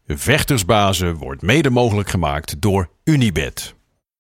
Vechtersbazen wordt mede mogelijk gemaakt door Unibet.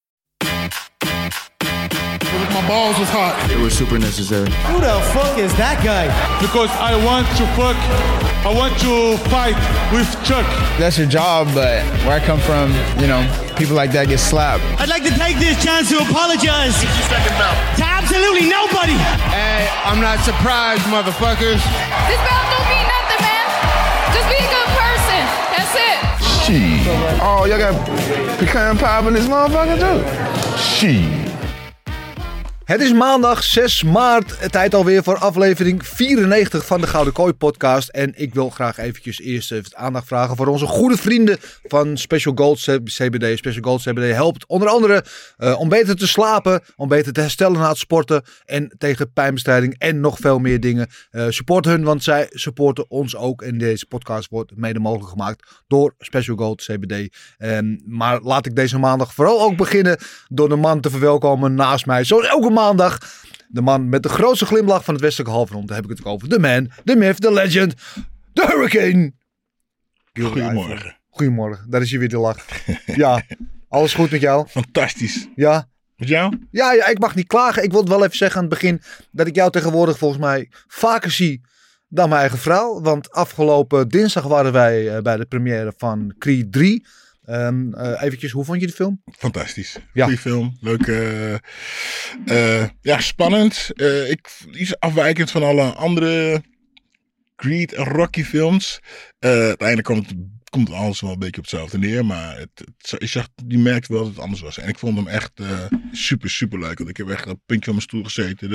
My balls was hot. It was super necessary. Who the fuck is that guy? Because I want to fight with Chuck. That's your job, but where I come from, people like that get slapped. I'd like to take this chance to apologize to absolutely nobody. Hey, I'm not surprised, motherfuckers. This belt don't mean nothing, man. Just be a good person. That's it. Shit. Oh, y'all got pecan pie in this motherfucker too? Shit. Het is maandag 6 maart, tijd alweer voor aflevering 94 van de Gouden Kooi podcast. En ik wil graag eventjes eerst even aandacht vragen voor onze goede vrienden van Special Gold CBD. Special Gold CBD helpt onder andere om beter te slapen, om beter te herstellen na het sporten en tegen pijnbestrijding en nog veel meer dingen. Support hun, want zij supporten ons ook. En deze podcast wordt mede mogelijk gemaakt door Special Gold CBD. Maar laat ik deze maandag vooral ook beginnen door de man te verwelkomen naast mij. Zoals elke maandag. De man met de grootste glimlach van het westelijke halfrond. Daar heb ik het ook over. De man, de myth, de legend, de hurricane. Goedemorgen. Goedemorgen, daar is je weer de lach. Ja, alles goed met jou? Fantastisch. Ja. Met jou? Ja, ik mag niet klagen. Ik wil het wel even zeggen aan het begin dat ik jou tegenwoordig volgens mij vaker zie dan mijn eigen vrouw. Want afgelopen dinsdag waren wij bij de première van Creed 3. Eventjes, hoe vond je de film? Fantastisch. Ja. Goeie film. Leuk. Spannend. Iets afwijkend van alle andere Creed en Rocky films. Uiteindelijk komt alles wel een beetje op hetzelfde neer. Maar je merkte wel dat het anders was. En ik vond hem echt super leuk. Want ik heb echt op het puntje van mijn stoel gezeten.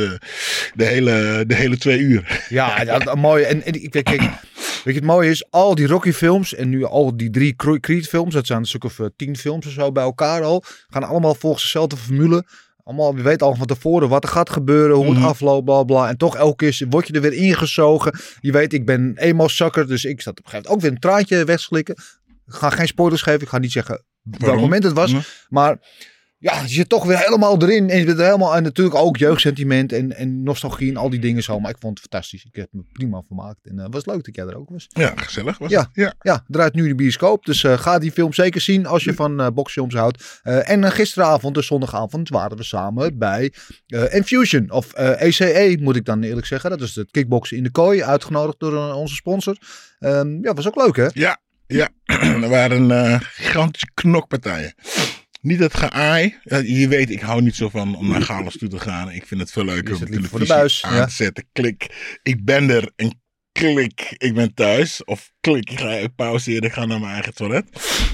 De hele 2 uur. Ja, mooi. En kijk, weet je, het mooie is, al die Rocky films en nu al die 3 Creed films, dat zijn een stuk of 10 films of zo bij elkaar al, gaan allemaal volgens dezelfde formule. Allemaal, we weten al van tevoren wat er gaat gebeuren, hoe het afloopt, bla bla. En toch elke keer word je er weer ingezogen. Je weet, ik ben emo-sucker, dus ik zat op een gegeven moment ook weer een traantje wegslikken. Ik ga geen spoilers geven, ik ga niet zeggen welk moment het was. Maar ja, je zit toch weer helemaal erin. En je bent er helemaal, en natuurlijk ook jeugdsentiment en nostalgie en al die dingen zo. Maar ik vond het fantastisch. Ik heb me prima vermaakt. En het was leuk dat jij er ook was. Ja, gezellig was het. Ja, draait nu de bioscoop. Dus ga die film zeker zien als je van boxfilms houdt. En gisteravond, dus zondagavond, waren we samen bij Infusion. Of ACA moet ik dan eerlijk zeggen. Dat is het kickboksen in de kooi. Uitgenodigd door onze sponsor. Was ook leuk, hè? Ja. Er waren gigantische knokpartijen. Niet het geaai. Je weet, ik hou niet zo van om naar galas toe te gaan. Ik vind het veel leuker om de televisie voor de buis, aan te zetten. Klik, ik ben er. En klik, ik ben thuis. Of klik, ik ga pauzeren. Ik ga naar mijn eigen toilet.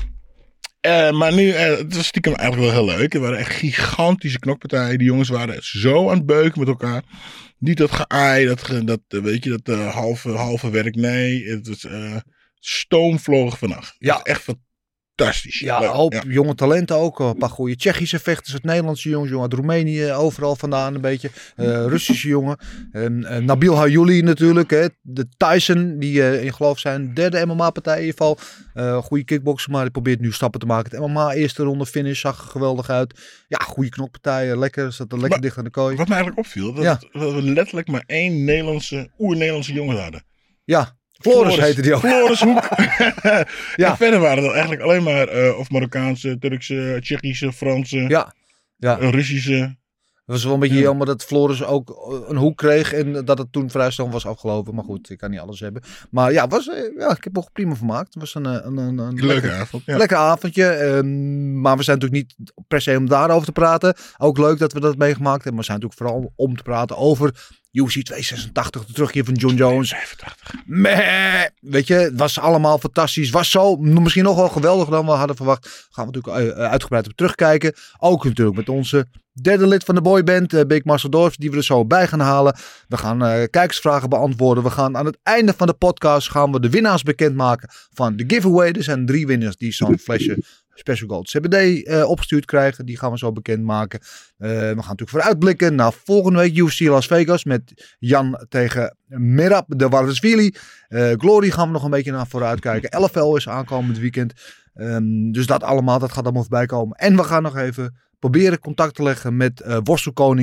Maar nu, het was stiekem eigenlijk wel heel leuk. Er waren echt gigantische knokpartijen. Die jongens waren zo aan het beuken met elkaar. Niet dat geaai, dat halve werk. Nee, het was stoomvlogen vannacht. Ja, echt fantastisch. Ja, een hoop jonge talenten ook. Een paar goede Tsjechische vechters, het Nederlandse jongen uit Roemenië, overal vandaan een beetje. Russische jongen. Nabil Hayouli natuurlijk. Hè. De Tyson, die in geloof zijn 3e MMA-partij in ieder geval. Goede kickbokser, maar die probeert nu stappen te maken. Het MMA eerste ronde finish zag er geweldig uit. Ja, goede knokpartijen. Lekker, zat er lekker dicht aan de kooi. Wat me eigenlijk opviel, dat we letterlijk maar 1 oer-Nederlandse jongen hadden. Ja. Floris heette die ook. Floris Hoek. En verder waren er eigenlijk alleen maar of Marokkaanse, Turkse, Tsjechische, Franse, Russische. Het was wel een beetje jammer dat Floris ook een hoek kreeg en dat het toen vrij snel was afgelopen. Maar goed, ik kan niet alles hebben. Maar ja, ik heb nog prima vermaakt. Het was een leuke avond. Ja. Lekker avondje. Maar we zijn natuurlijk niet per se om daarover te praten. Ook leuk dat we dat meegemaakt hebben. Maar we zijn natuurlijk vooral om te praten over UFC 286, de terugkeer van John Jones. 85. Weet je, het was allemaal fantastisch. Was zo misschien nog wel geweldiger dan we hadden verwacht. Gaan we natuurlijk uitgebreid op terugkijken. Ook natuurlijk met onze 3e lid van de boyband, Big Marcel Dorfs, die we er zo bij gaan halen. We gaan kijkersvragen beantwoorden. We gaan aan het einde van de podcast de winnaars bekendmaken van de giveaway. Er zijn 3 winnaars die zo'n flesje Special Gold CBD opgestuurd krijgen. Die gaan we zo bekendmaken. We gaan natuurlijk vooruitblikken naar volgende week UFC Las Vegas met Jan tegen Merab de Warsvili. Glory gaan we nog een beetje naar vooruit kijken. LFL is aankomend weekend. Dus dat allemaal, dat gaat allemaal voorbij komen. En we gaan nog even proberen contact te leggen met worstelkoning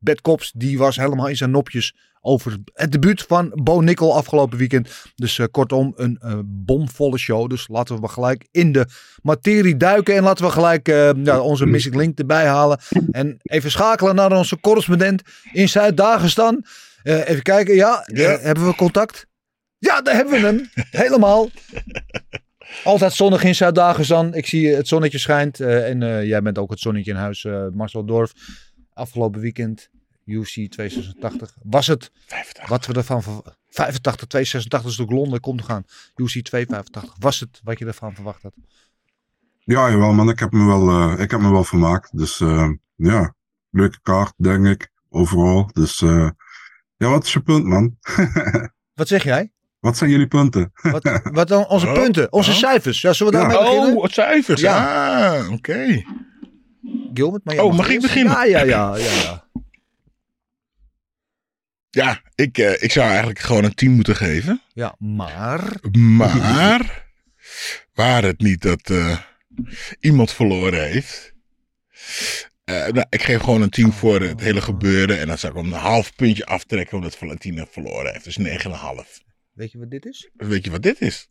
Bad Cops, die was helemaal in zijn nopjes over het debuut van Bo Nickel afgelopen weekend. Dus kortom, een bomvolle show. Dus laten we maar gelijk in de materie duiken. En laten we gelijk onze Missing Link erbij halen. En even schakelen naar onze correspondent in Zuid-Dagestan. Even kijken, hebben we contact? Ja, daar hebben we hem. Helemaal. Altijd zonnig in Zuid-Dagestan. Ik zie het zonnetje schijnt. En jij bent ook het zonnetje in huis, Marcel Dorf. Afgelopen weekend, UFC 286. Was het 85. wat we ervan 85, 286 is ook Londen komt te gaan. UFC 285. Was het wat je ervan verwacht had? Ja, jawel man. Ik heb me wel vermaakt. Dus leuke kaart, denk ik. Overal. Dus wat is je punt, man? Wat zeg jij? Wat zijn jullie punten? Wat dan onze punten? Onze cijfers? Ja, zullen we daarmee beginnen? Oh, cijfers. Ja. Ah, oké. Gilbert, maar mag ik beginnen? Ja. Ja, ik zou eigenlijk gewoon een 10 moeten geven. Ja, maar... Maar, waar het niet dat iemand verloren heeft. Ik geef gewoon een 10 voor het hele gebeuren. En dan zou ik hem een half puntje aftrekken omdat Valentina verloren heeft. Dus 9,5. Weet je wat dit is? Weet je wat dit is?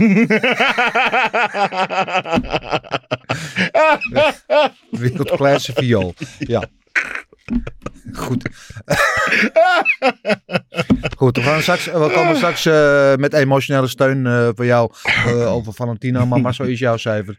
Wereldklasse viool. Ja. Goed. Goed, we komen straks met emotionele steun voor jou over Valentina. Maar zo is jouw cijfer.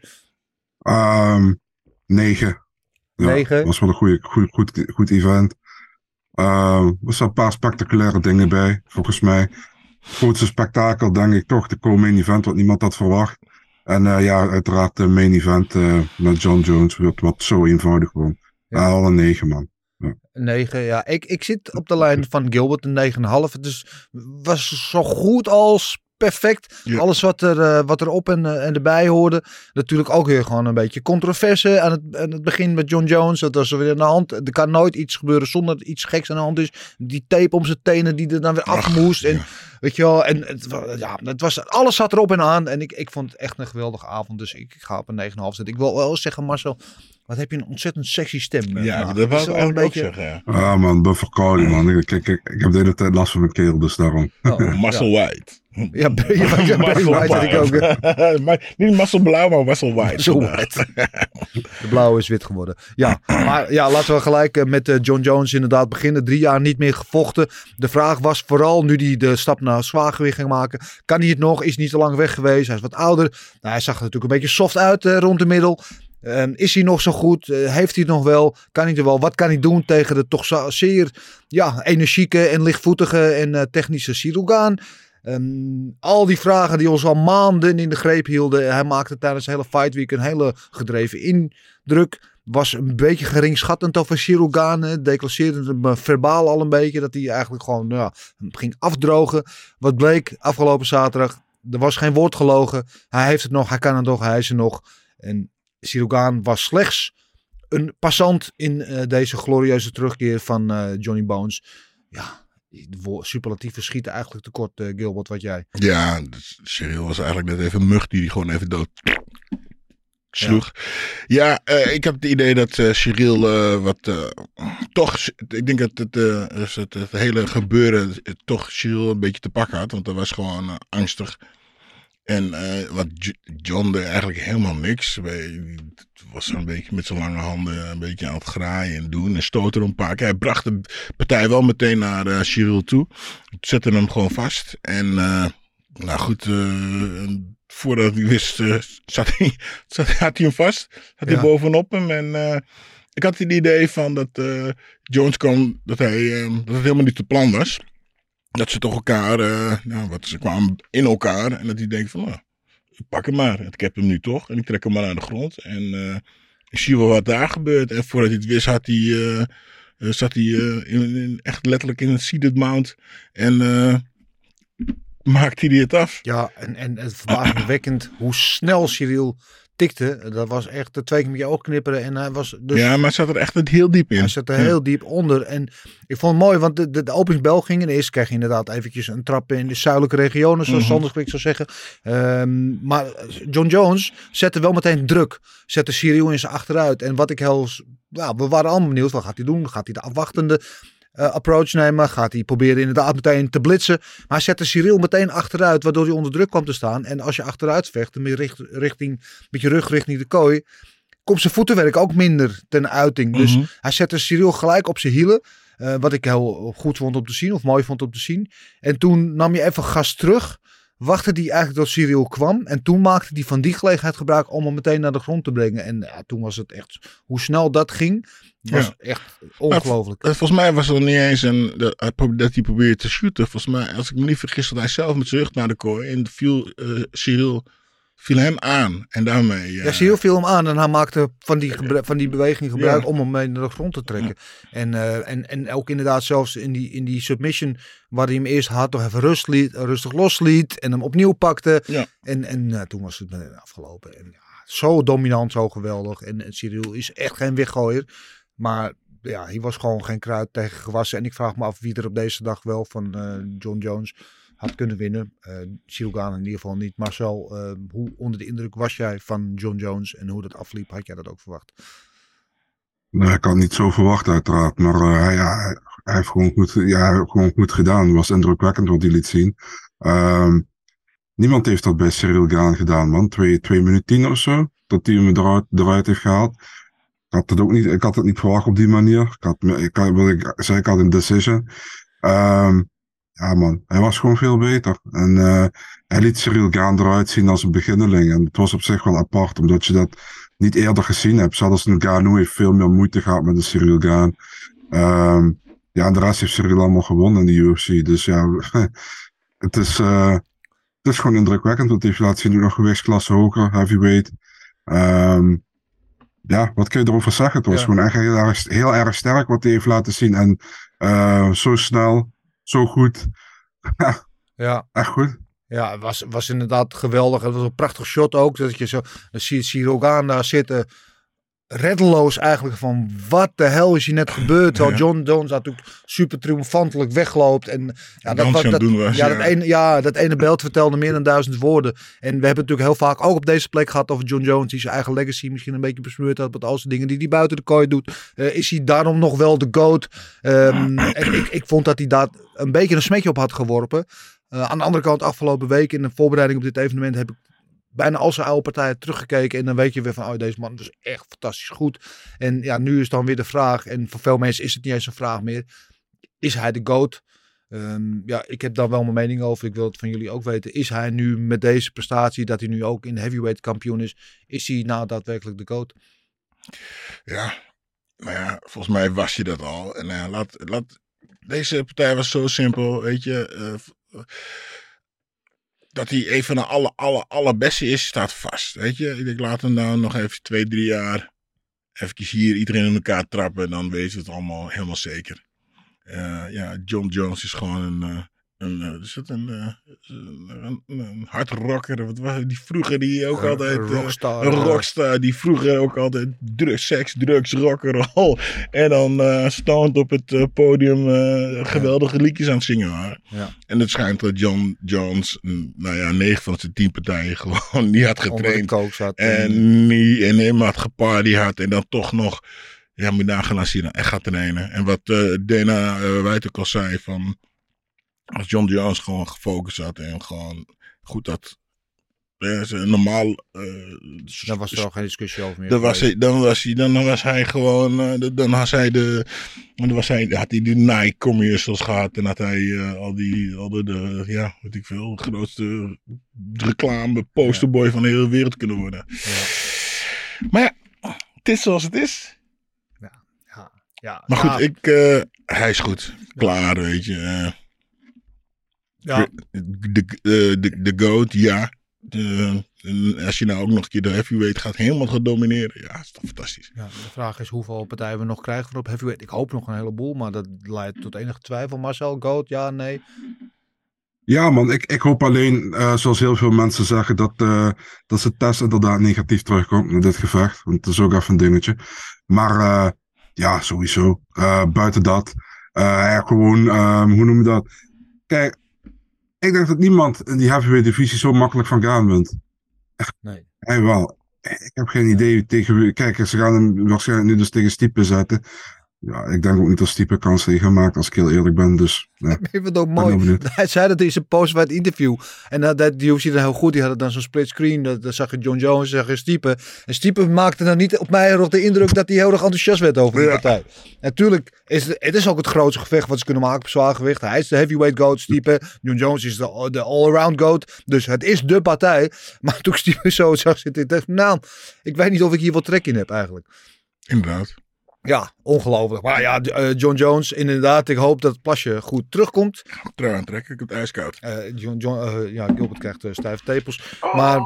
9. Ja, 9? was wel een goed event. Er staan een paar spectaculaire dingen bij, volgens mij. Grootste spektakel, denk ik toch, de co-main event, wat niemand had verwacht. En uiteraard de main event met John Jones, wat zo eenvoudig gewoon. Ja, al een 9, man. Ja. 9, ja. Ik zit op de lijn van Gilbert, een 9,5. Dus was zo goed als perfect. Ja. Alles wat er op en erbij hoorde. Natuurlijk ook weer gewoon een beetje controverse. Aan het begin met John Jones. Dat was er weer aan de hand. Er kan nooit iets gebeuren zonder dat iets geks aan de hand is. Die tape om zijn tenen die er dan weer af moest. En weet je wel. En het was, alles zat erop en aan. En ik vond het echt een geweldige avond. Dus ik ga op een 9,5 zetten. Ik wil wel zeggen, Marcel, wat heb je een ontzettend sexy stem. Ja, dat wou ik eigenlijk ook zeggen. Ja. Ah man, ben verkouden man. Ik heb de hele tijd last van mijn keel, dus daarom. Muscle White. Ja, Barry White had ik ook. Niet Muscle Blauw, maar Muscle White. De blauwe is wit geworden. Ja, maar laten we gelijk met John Jones inderdaad beginnen. 3 jaar niet meer gevochten. De vraag was vooral, nu hij de stap naar zwaargewicht ging maken. Kan hij het nog? Is niet te lang weg geweest. Hij is wat ouder. Nou, hij zag er natuurlijk een beetje soft uit rond de middel. Is hij nog zo goed? Heeft hij het nog wel? Kan hij er wel? Wat kan hij doen tegen de toch zeer energieke en lichtvoetige en technische Ciryl Gane? Al die vragen die ons al maanden in de greep hielden. Hij maakte tijdens de hele fight week een hele gedreven indruk. Was een beetje geringschattend over Ciryl Gane. Declasseerde hem verbaal al een beetje. Dat hij eigenlijk gewoon ging afdrogen. Wat bleek afgelopen zaterdag. Er was geen woord gelogen. Hij heeft het nog. Hij kan het nog. Hij is er nog. En Ciryl Gane was slechts een passant in deze glorieuze terugkeer van Johnny Bones. Ja, de superlatieven schieten eigenlijk tekort, Gilbert, wat jij. Ja, Ciryl was eigenlijk net even een mug die gewoon even dood sloeg. Ja, ik heb het idee dat Ciryl toch, ik denk dat het hele gebeuren toch Ciryl een beetje te pakken had, want dat was gewoon angstig. En wat John deed eigenlijk helemaal niks. Hij was een beetje met zijn lange handen een beetje aan het graaien en doen. En stoten er een paar keer. Hij bracht de partij wel meteen naar Ciryl toe. Zette hem gewoon vast. En voordat hij wist, had hij hem vast. Had hij bovenop hem. En ik had het idee van dat Jones kwam, dat het helemaal niet te plan was. Dat ze toch elkaar, ze kwamen in elkaar. En dat hij denkt van, ik pak hem maar. Ik heb hem nu toch. En ik trek hem maar naar de grond. En ik zie wel wat daar gebeurt. En voordat hij het wist, zat hij echt letterlijk in een seated mount. En maakte hij het af. Ja, en het verbazingwekkend hoe snel Ciryl tikte. Dat was echt 2 keer met je oog knipperen. En hij was dus... Ja, maar hij zat er echt heel diep in. Hij zat er heel diep onder. En ik vond het mooi, want de openingsbel ging. En eerst kreeg je inderdaad eventjes een trap in de zuidelijke regionen, zoals Sanders Quick zou zeggen. Maar John Jones zette wel meteen druk. Zette Ciryl in zijn achteruit. En wat ik we waren allemaal benieuwd. Wat gaat hij doen? Gaat hij de afwachtende approach nemen? Gaat hij proberen inderdaad meteen te blitsen? Maar hij zette Ciryl meteen achteruit, waardoor hij onder druk kwam te staan. En als je achteruit vecht, met je rug richting de kooi, komt zijn voetenwerk ook minder ten uiting. Dus hij zette Ciryl gelijk op zijn hielen. Wat ik heel goed vond om te zien, of mooi vond om te zien. En toen nam je even gas terug. Wachtte hij eigenlijk tot Ciryl kwam. En toen maakte hij van die gelegenheid gebruik om hem meteen naar de grond te brengen. En toen was het echt, hoe snel dat ging, was echt ongelooflijk. Volgens mij was het niet eens dat hij probeerde te shooten. Volgens mij, als ik me niet vergis, had hij zelf met zijn rug naar de kooi. En Ciryl viel hem aan. En daarmee... Ja, Ciryl viel hem aan en hij maakte van die beweging gebruik om hem mee naar de grond te trekken. Ja. En ook inderdaad zelfs in die submission, waar hij hem eerst had, nog even rustig losliet en hem opnieuw pakte. Ja. En toen was het meteen afgelopen. En, zo dominant, zo geweldig. En Ciryl is echt geen weggooier. Maar ja, hij was gewoon geen kruid tegen gewassen. En ik vraag me af wie er op deze dag wel van John Jones had kunnen winnen. Ciryl Gane in ieder geval niet. Marcel, hoe onder de indruk was jij van John Jones en hoe dat afliep? Had jij dat ook verwacht? Nee, ik had niet zo verwacht uiteraard. Maar hij heeft gewoon goed gedaan. Het was indrukwekkend wat hij liet zien. Niemand heeft dat bij Ciryl Gane gedaan, man. 2 minuten 10 of zo. Dat hij hem eruit heeft gehaald. Ik had het niet verwacht op die manier. Ik had een decision. Ja man, hij was gewoon veel beter. En hij liet Ciryl Gane eruit zien als een beginneling. En het was op zich wel apart, omdat je dat niet eerder gezien hebt. Zelfs Ngannou heeft veel meer moeite gehad met de Ciryl Gane. Ja, en de rest heeft Ciryl allemaal gewonnen in de UFC. Dus ja, het is gewoon indrukwekkend wat hij heeft laten zien. Nu nog gewichtsklasse hoger, heavyweight. Ja, wat kun je erover zeggen? Het was gewoon echt heel erg sterk wat hij heeft laten zien. En zo snel, zo goed. Ja, echt goed. Ja, het was inderdaad geweldig. Het was een prachtig shot ook. Dat je zo, dan zie je Ciryl Gane daar zitten. Reddeloos eigenlijk van wat de hel is hier net gebeurd. Terwijl John Jones natuurlijk super triomfantelijk wegloopt. En dat ene beeld vertelde meer dan 1000 woorden. En we hebben het natuurlijk heel vaak ook op deze plek gehad over John Jones. Die zijn eigen legacy misschien een beetje besmeurd had met al zijn dingen die hij buiten de kooi doet. Is hij daarom nog wel de GOAT? En ik vond dat hij daar een beetje een smetje op had geworpen. Aan de andere kant, afgelopen week in de voorbereiding op dit evenement heb ik bijna al zijn oude partijen teruggekeken. En dan weet je weer van, deze man is echt fantastisch goed. En ja, nu is dan weer de vraag. En voor veel mensen is het niet eens een vraag meer. Is hij de GOAT? Ja, ik heb daar wel mijn mening over. Ik wil het van jullie ook weten. Is hij nu met deze prestatie, dat hij nu ook in de heavyweight kampioen is hij nou daadwerkelijk de GOAT? Ja, maar ja, volgens mij was je dat al. En deze partij was zo simpel, weet je. Dat hij een van de allerbeste is, staat vast. Weet je, ik denk, laat hem nou nog even 2-3 jaar even hier iedereen in elkaar trappen. En dan weten we het allemaal helemaal zeker. Ja, John Jones is gewoon een hard rocker. Wat was het? Die vroeger die ook altijd... Rockstar. Een rockstar. Die vroeger ook altijd drugs, rock'n'roll. En dan stoned op het podium geweldige liedjes aan het zingen waren. Ja. En het schijnt dat John Jones, 9 van zijn 10 partijen gewoon niet had getraind. En helemaal had geparty had. En dan toch nog... Ja, moet je nagaan als hij dan echt gaat trainen. En wat Dana White ook al zei van... Als John Jones gewoon gefocust had en gewoon goed had... normaal... dan was er al geen discussie over meer. Dan had hij de Nike commercials gehad. En had hij weet ik veel, grootste reclame posterboy van de hele wereld kunnen worden. Ja. Maar ja, het is zoals het is. Ja, maar goed, hij is goed. Klaar, weet je. Ja. De GOAT, ja. Als je nou ook nog een keer de heavyweight gaat helemaal gaan domineren. Ja, dat is toch fantastisch. Ja, de vraag is hoeveel partijen we nog krijgen voor op heavyweight. Ik hoop nog een heleboel, maar dat leidt tot enige twijfel. Marcel, GOAT, ja, nee? Ja man, ik hoop alleen, zoals heel veel mensen zeggen, dat zijn test inderdaad negatief terugkomt in dit gevecht. Want het is ook even een dingetje. Maar ja, sowieso. Buiten dat, gewoon, hoe noem je dat? Kijk, ik denk dat niemand in die heavyweight divisie zo makkelijk van Gaan wint. Nee. Hij wel. Ik heb geen idee tegen. Kijk, ze gaan hem waarschijnlijk nu dus tegen Stipe zetten. Ja, ik denk ook niet dat Stipe kans tegen maakt, als ik heel eerlijk ben. Dus, nee. Ik vind het ook mooi. Hij zei dat in zijn post-fight interview. En die UFC dan heel goed. Die hadden dan zo'n split screen. Dan zag je John Jones, zag je Stipe. En Stipe maakte dan niet op mij nog de indruk dat hij heel erg enthousiast werd over de partij. Natuurlijk, het is ook het grootste gevecht wat ze kunnen maken op zwaargewicht. Hij is de heavyweight goat, Stipe. John Jones is de all-around goat. Dus het is de partij. Maar toen Stipe zo zag zitten, ik dacht, nou, ik weet niet of ik hier wat trek in heb eigenlijk. Inderdaad. Ja, ongelooflijk. Maar ja, John Jones, inderdaad. Ik hoop dat het plasje goed terugkomt. Trui aantrekken, ik heb het ijskoud. Gilbert krijgt stijve tepels. Maar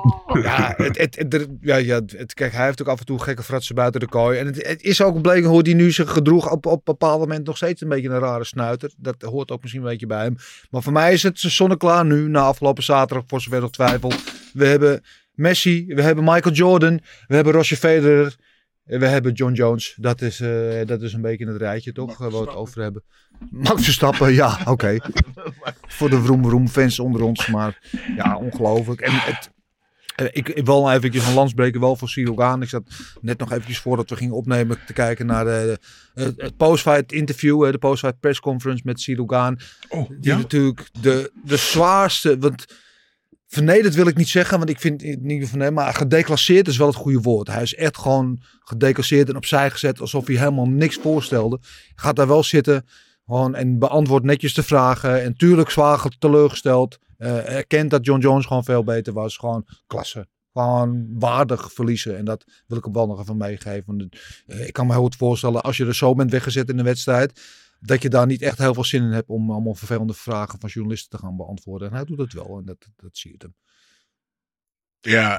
kijk, hij heeft ook af en toe gekke fratsen buiten de kooi. En het is ook gebleken hoe hij nu zich gedroeg op een bepaald moment nog steeds een beetje een rare snuiter. Dat hoort ook misschien een beetje bij hem. Maar voor mij is het zonneklaar nu, na afgelopen zaterdag, voor zover nog twijfel. We hebben Messi, we hebben Michael Jordan, we hebben Roger Federer. We hebben John Jones. Dat is een beetje het rijtje, toch? Waar we het over hebben. Max Verstappen, ja, oké. Voor de vroom fans onder ons. Maar ja, ongelooflijk. En ik wil eventjes een lans breken wel voor Ciryl Gane. Ik zat net nog eventjes voordat we gingen opnemen te kijken naar het post-fight interview. De post-fight pressconference met Ciryl Gane. Die natuurlijk de zwaarste... Want vernederd wil ik niet zeggen, want ik vind het niet vernederd, maar gedeclasseerd is wel het goede woord. Hij is echt gewoon gedeclasseerd en opzij gezet alsof hij helemaal niks voorstelde. Gaat daar wel zitten gewoon, en beantwoordt netjes de vragen. En tuurlijk zwaar teleurgesteld. Erkent dat John Jones gewoon veel beter was. Gewoon klasse. Gewoon waardig verliezen. En dat wil ik hem wel nog even meegeven. Ik kan me heel goed voorstellen, als je er zo bent weggezet in de wedstrijd, dat je daar niet echt heel veel zin in hebt om allemaal vervelende vragen van journalisten te gaan beantwoorden. En hij doet het wel. En dat zie je hem. Ja,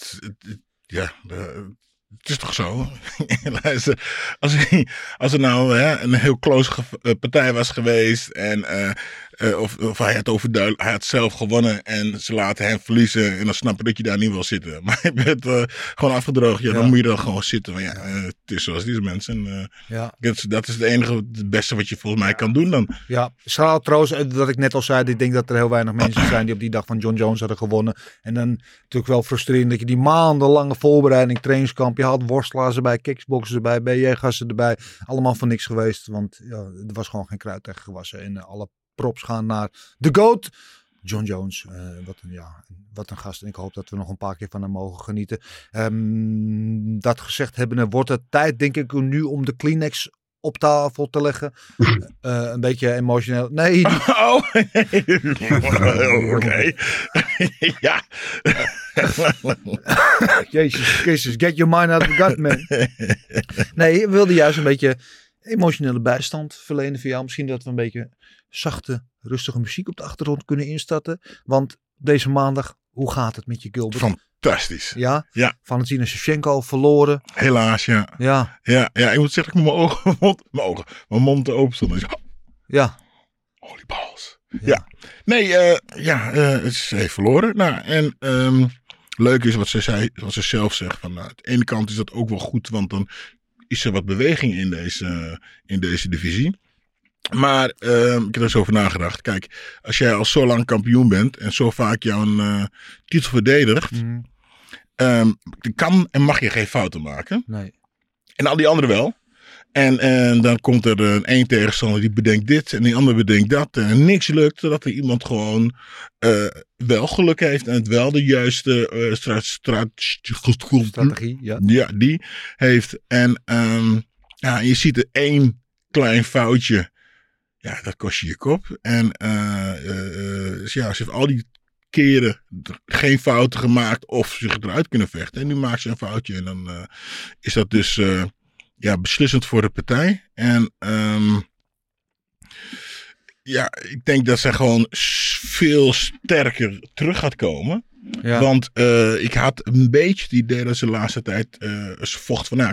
het is toch zo? Als er nou een heel close partij was geweest en of hij had overduidelijk, hij had zelf gewonnen en ze laten hem verliezen en dan snap je dat je daar niet wil zitten. Maar je bent gewoon afgedroogd, dan moet je er gewoon zitten. Maar het is zoals deze mensen. Dat is het beste wat je volgens mij kan doen dan. Ja, schaal troost dat ik net al zei, ik denk dat er heel weinig mensen zijn die op die dag van John Jones hadden gewonnen. En dan natuurlijk wel frustrerend dat je die maandenlange voorbereiding, trainingskamp, je had worstelaars erbij, kickboxers erbij, BJ-gasten erbij, allemaal van niks geweest, want er was gewoon geen kruid tegen gewassen en alle props gaan naar de GOAT, John Jones. Wat een gast. En ik hoop dat we nog een paar keer van hem mogen genieten. Dat gezegd hebbende, wordt het tijd, denk ik, nu om de Kleenex op tafel te leggen. Een beetje emotioneel. Nee. Oké. Ja. Jezus Christus, get your mind out of the gut, man. Nee, we wilden juist een beetje emotionele bijstand verlenen voor jou. Misschien dat we een beetje zachte, rustige muziek op de achtergrond kunnen instarten. Want deze maandag, hoe gaat het met je, Gilbert? Fantastisch. Ja? Valentina Shevchenko verloren. Helaas, ja. Ja, ik moet zeggen dat ik met mijn mond open stond. Ja. Holy balls. Ja. Nee, ze heeft verloren. Nou, en leuk is wat ze zelf zegt. Van, aan de ene kant is dat ook wel goed, want dan is er wat beweging in deze divisie. Maar ik heb er eens over nagedacht. Kijk, als jij al zo lang kampioen bent en zo vaak jouw titel verdedigt, kan en mag je geen fouten maken. Nee. En al die anderen wel. En dan komt er een tegenstander die bedenkt dit en die ander bedenkt dat. En niks lukt, zodat er iemand gewoon wel geluk heeft en het wel de juiste strategie die heeft. En je ziet er één klein foutje. Ja, dat kost je kop. En ze heeft al die keren geen fouten gemaakt of zich eruit kunnen vechten. En nu maakt ze een foutje. En dan is dat dus beslissend voor de partij. En ik denk dat zij gewoon veel sterker terug gaat komen. Ja. Want ik had een beetje het idee dat ze de laatste tijd ze vocht van,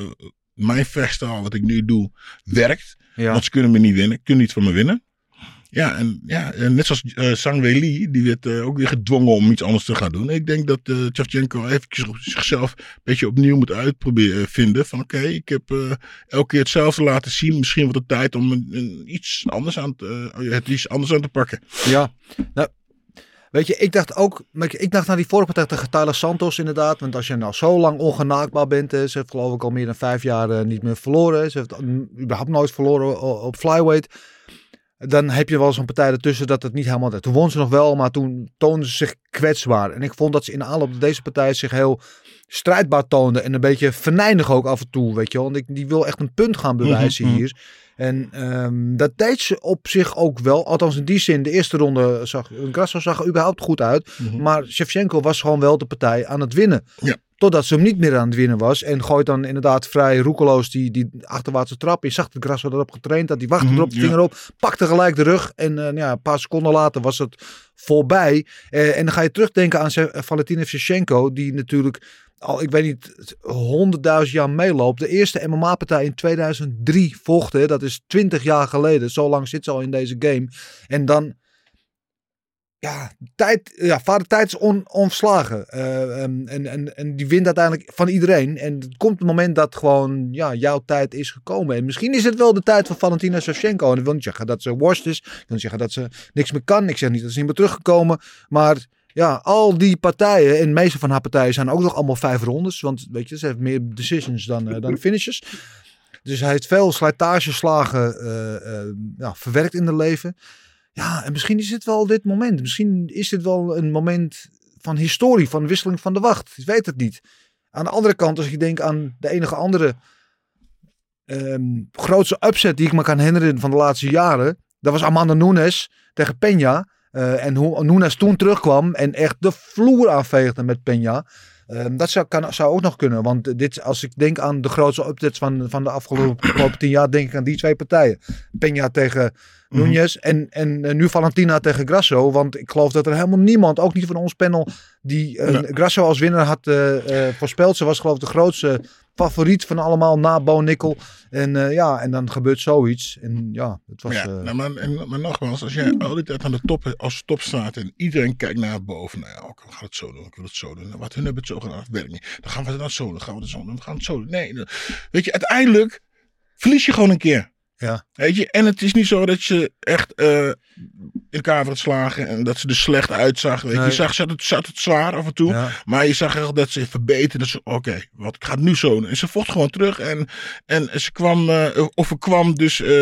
mijn vechtstijl, wat ik nu doe, werkt. Ja. Want ze kunnen me niet winnen. Kunnen niet van me winnen. En net zoals Zhang Weili, die werd ook weer gedwongen om iets anders te gaan doen. Ik denk dat Shevchenko eventjes op zichzelf een beetje opnieuw moet uitproberen vinden. Van oké, ik heb elke keer hetzelfde laten zien. Misschien wordt het tijd om iets anders aan te pakken. Ja, nou, weet je, ik dacht naar die vorige partij tegen Tyler Santos inderdaad. Want als je nou zo lang ongenaakbaar bent, ze heeft geloof ik al meer dan 5 jaar niet meer verloren. Ze heeft überhaupt nooit verloren op flyweight. Dan heb je wel zo'n partij ertussen dat het niet helemaal... Toen won ze nog wel, maar toen toonde ze zich kwetsbaar. En ik vond dat ze in de aanloop tot deze partij zich heel strijdbaar toonde. En een beetje venijnig ook af en toe, weet je wel. Want die wil echt een punt gaan bewijzen hier. En dat deed ze op zich ook wel. Althans in die zin, de eerste ronde Grasso zag er überhaupt goed uit. Maar Shevchenko was gewoon wel de partij aan het winnen. Ja. Totdat ze hem niet meer aan het winnen was. En gooit dan inderdaad vrij roekeloos die achterwaartse trap. Je zag dat Grasso erop getraind had. Die wachtte erop, de vinger op. Pakte gelijk de rug. En een paar seconden later was het voorbij. En dan ga je terugdenken aan Valentina Shevchenko. Die natuurlijk al, ik weet niet, 100.000 jaar meeloopt. De eerste MMA-partij in 2003 volgde. Dat is 20 jaar geleden. Zo lang zit ze al in deze game. En dan... vader tijd is onverslagen. En die wint uiteindelijk van iedereen. En het komt het moment dat gewoon jouw tijd is gekomen. En misschien is het wel de tijd van Valentina Shevchenko. En ik wil niet zeggen dat ze worst is. Ik wil niet zeggen dat ze niks meer kan. Ik zeg niet dat ze niet meer teruggekomen. Maar al die partijen, en de meeste van haar partijen zijn ook nog allemaal 5 rondes. Want weet je, ze heeft meer decisions dan finishes. Dus hij heeft veel slijtageslagen verwerkt in haar leven. Ja, en misschien is dit wel dit moment. Misschien is dit wel een moment van historie, van wisseling van de wacht. Ik weet het niet. Aan de andere kant, als ik denk aan de enige andere grootste upset die ik me kan herinneren van de laatste jaren. Dat was Amanda Nunes tegen Peña. En hoe Nunes toen terugkwam en echt de vloer aanveegde met Peña. Dat zou ook nog kunnen. Want als ik denk aan de grootste updates van de afgelopen 10 jaar, denk ik aan die 2 partijen. Peña tegen Nunes en nu Valentina tegen Grasso. Want ik geloof dat er helemaal niemand, ook niet van ons panel, die Grasso als winnaar had voorspeld. Ze was geloof ik de grootste favoriet van allemaal na Bo Nickel. En dan gebeurt zoiets. En het was... maar nogmaals, als jij al die tijd aan de top, als top staat en iedereen kijkt naar boven. We gaan het zo doen, ik wil het zo doen. Wat hun hebben het zo gedaan, dat werkt niet. Dan gaan we het dan zo doen, dan gaan we het zo doen, we gaan het zo doen. Nee, weet je, uiteindelijk verlies je gewoon een keer. Ja. Weet je, en het is niet zo dat je echt in elkaar wordt slagen en dat ze er slecht uitzag. Weet je, je zag het zwaar af en toe, maar je zag echt dat ze verbeterde. Dat ze, oké, wat ik ga het nu zo doen. En ze vocht gewoon terug en ze kwam,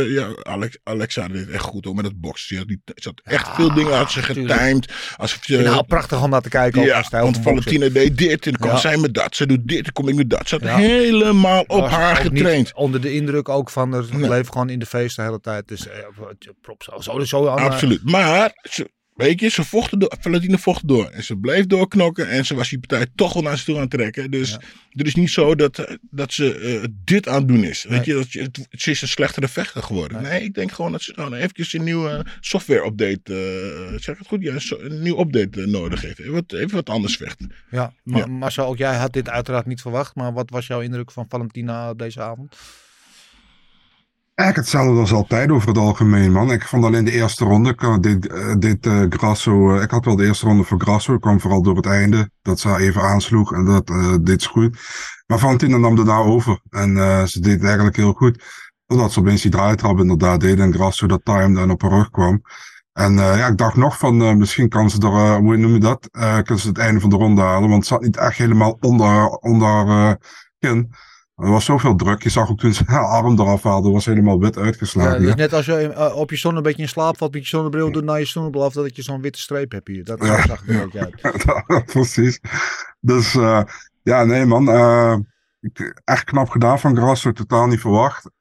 Alexa deed echt goed hoor, met het boksen. Ze had echt veel dingen uit ze getimed. Prachtig om naar te kijken. Want Valentina deed dit en dan kwam zij met dat. Ze doet dit en kom ik met dat. Ze had helemaal op haar getraind. Onder de indruk ook van er bleef gewoon in de feest de hele tijd. Dus props zo absoluut. Maar Valentina vocht door. En ze bleef doorknokken. En ze was die partij toch wel naar ze toe aan het trekken. Dus het is niet zo dat ze dit aan het doen is. Weet je, ze is een slechtere vechter geworden. Nee, ik denk gewoon dat ze gewoon eventjes een nieuwe software update, zeg het goed? Ja, een nieuw update nodig heeft. Even wat anders vechten. Ja, maar ook jij had dit uiteraard niet verwacht. Maar wat was jouw indruk van Valentina op deze avond? Eigenlijk hetzelfde als altijd over het algemeen, man. Ik vond alleen de eerste ronde, Grasso, ik had wel de eerste ronde voor Grasso. Ik kwam vooral door het einde, dat ze even aansloeg en dat deed ze goed. Maar Valentina nam daarna over en ze deed het eigenlijk heel goed. Totdat ze opeens die draaitrap inderdaad deed en Grasso dat timede en op haar rug kwam. En ik dacht nog van, misschien kan ze er, hoe noem je dat, kan ze het einde van de ronde halen. Want ze zat niet echt helemaal onder haar kin. Er was zoveel druk. Je zag ook toen ze haar arm eraf haalde, was helemaal wit uitgeslagen. Dus net als je op je zon een beetje in slaap valt, met je zonnebril doet naar je zonnebril af, dat je zo'n witte streep hebt hier. Dat zag er ook uit. Precies. Dus nee man. Echt knap gedaan van Grasso, totaal niet verwacht.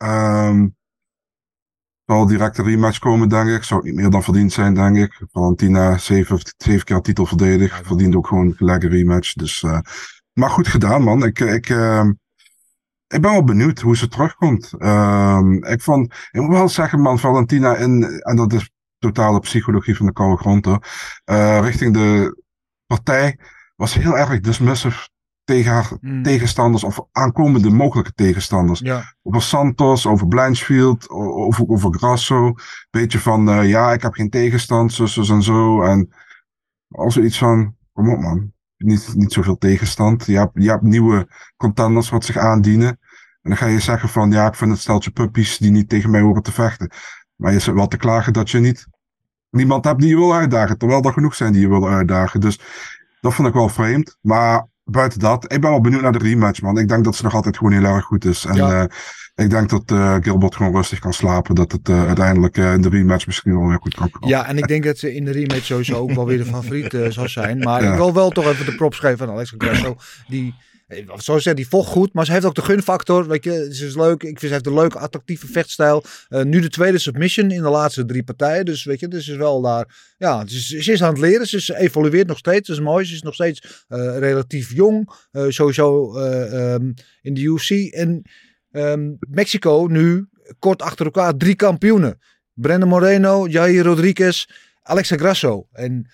Zal direct een rematch komen, denk ik. Zou niet meer dan verdiend zijn, denk ik. Valentina 7 keer titel verdedigd. Verdient ook gewoon een gelijke rematch. Dus, maar goed gedaan, man. Ik ben wel benieuwd hoe ze terugkomt. Ik moet wel zeggen, man, Valentina en dat is totale psychologie van de koude grond, hoor. Richting de partij was heel erg dismissive tegen haar tegenstanders of aankomende mogelijke tegenstanders. Ja. Over Santos, over Blanchfield, over Grasso. Beetje van, ik heb geen tegenstand, zus en zo. En al zoiets van, kom op man, niet zoveel tegenstand. Je hebt nieuwe contenders wat zich aandienen. En dan ga je zeggen van, ik vind het steltje puppies die niet tegen mij horen te vechten. Maar je zit wel te klagen dat je niemand hebt die je wil uitdagen. Terwijl er genoeg zijn die je wil uitdagen. Dus dat vond ik wel vreemd. Maar buiten dat, ik ben wel benieuwd naar de rematch, man. Ik denk dat ze nog altijd gewoon heel erg goed is. En ik denk dat Gilbert gewoon rustig kan slapen. Dat het uiteindelijk in de rematch misschien wel weer goed kan komen. Ja, en ik denk dat ze in de rematch sowieso ook wel weer de favoriet zal zijn. Maar ik wil wel toch even de props geven aan Alexa Grasso. Zoals gezegd, die vocht goed, maar ze heeft ook de gunfactor. Weet je, ze is leuk. Ik vind ze heeft een leuke, attractieve vechtstijl. Nu de tweede submission in de laatste 3 partijen. Dus weet je, dus ze is wel daar. Ja, ze is aan het leren. Ze evolueert nog steeds. Dat is mooi. Ze is nog steeds relatief jong. Sowieso in de UFC. En Mexico nu kort achter elkaar 3 kampioenen. Brandon Moreno, Jair Rodriguez, Alexa Grasso. En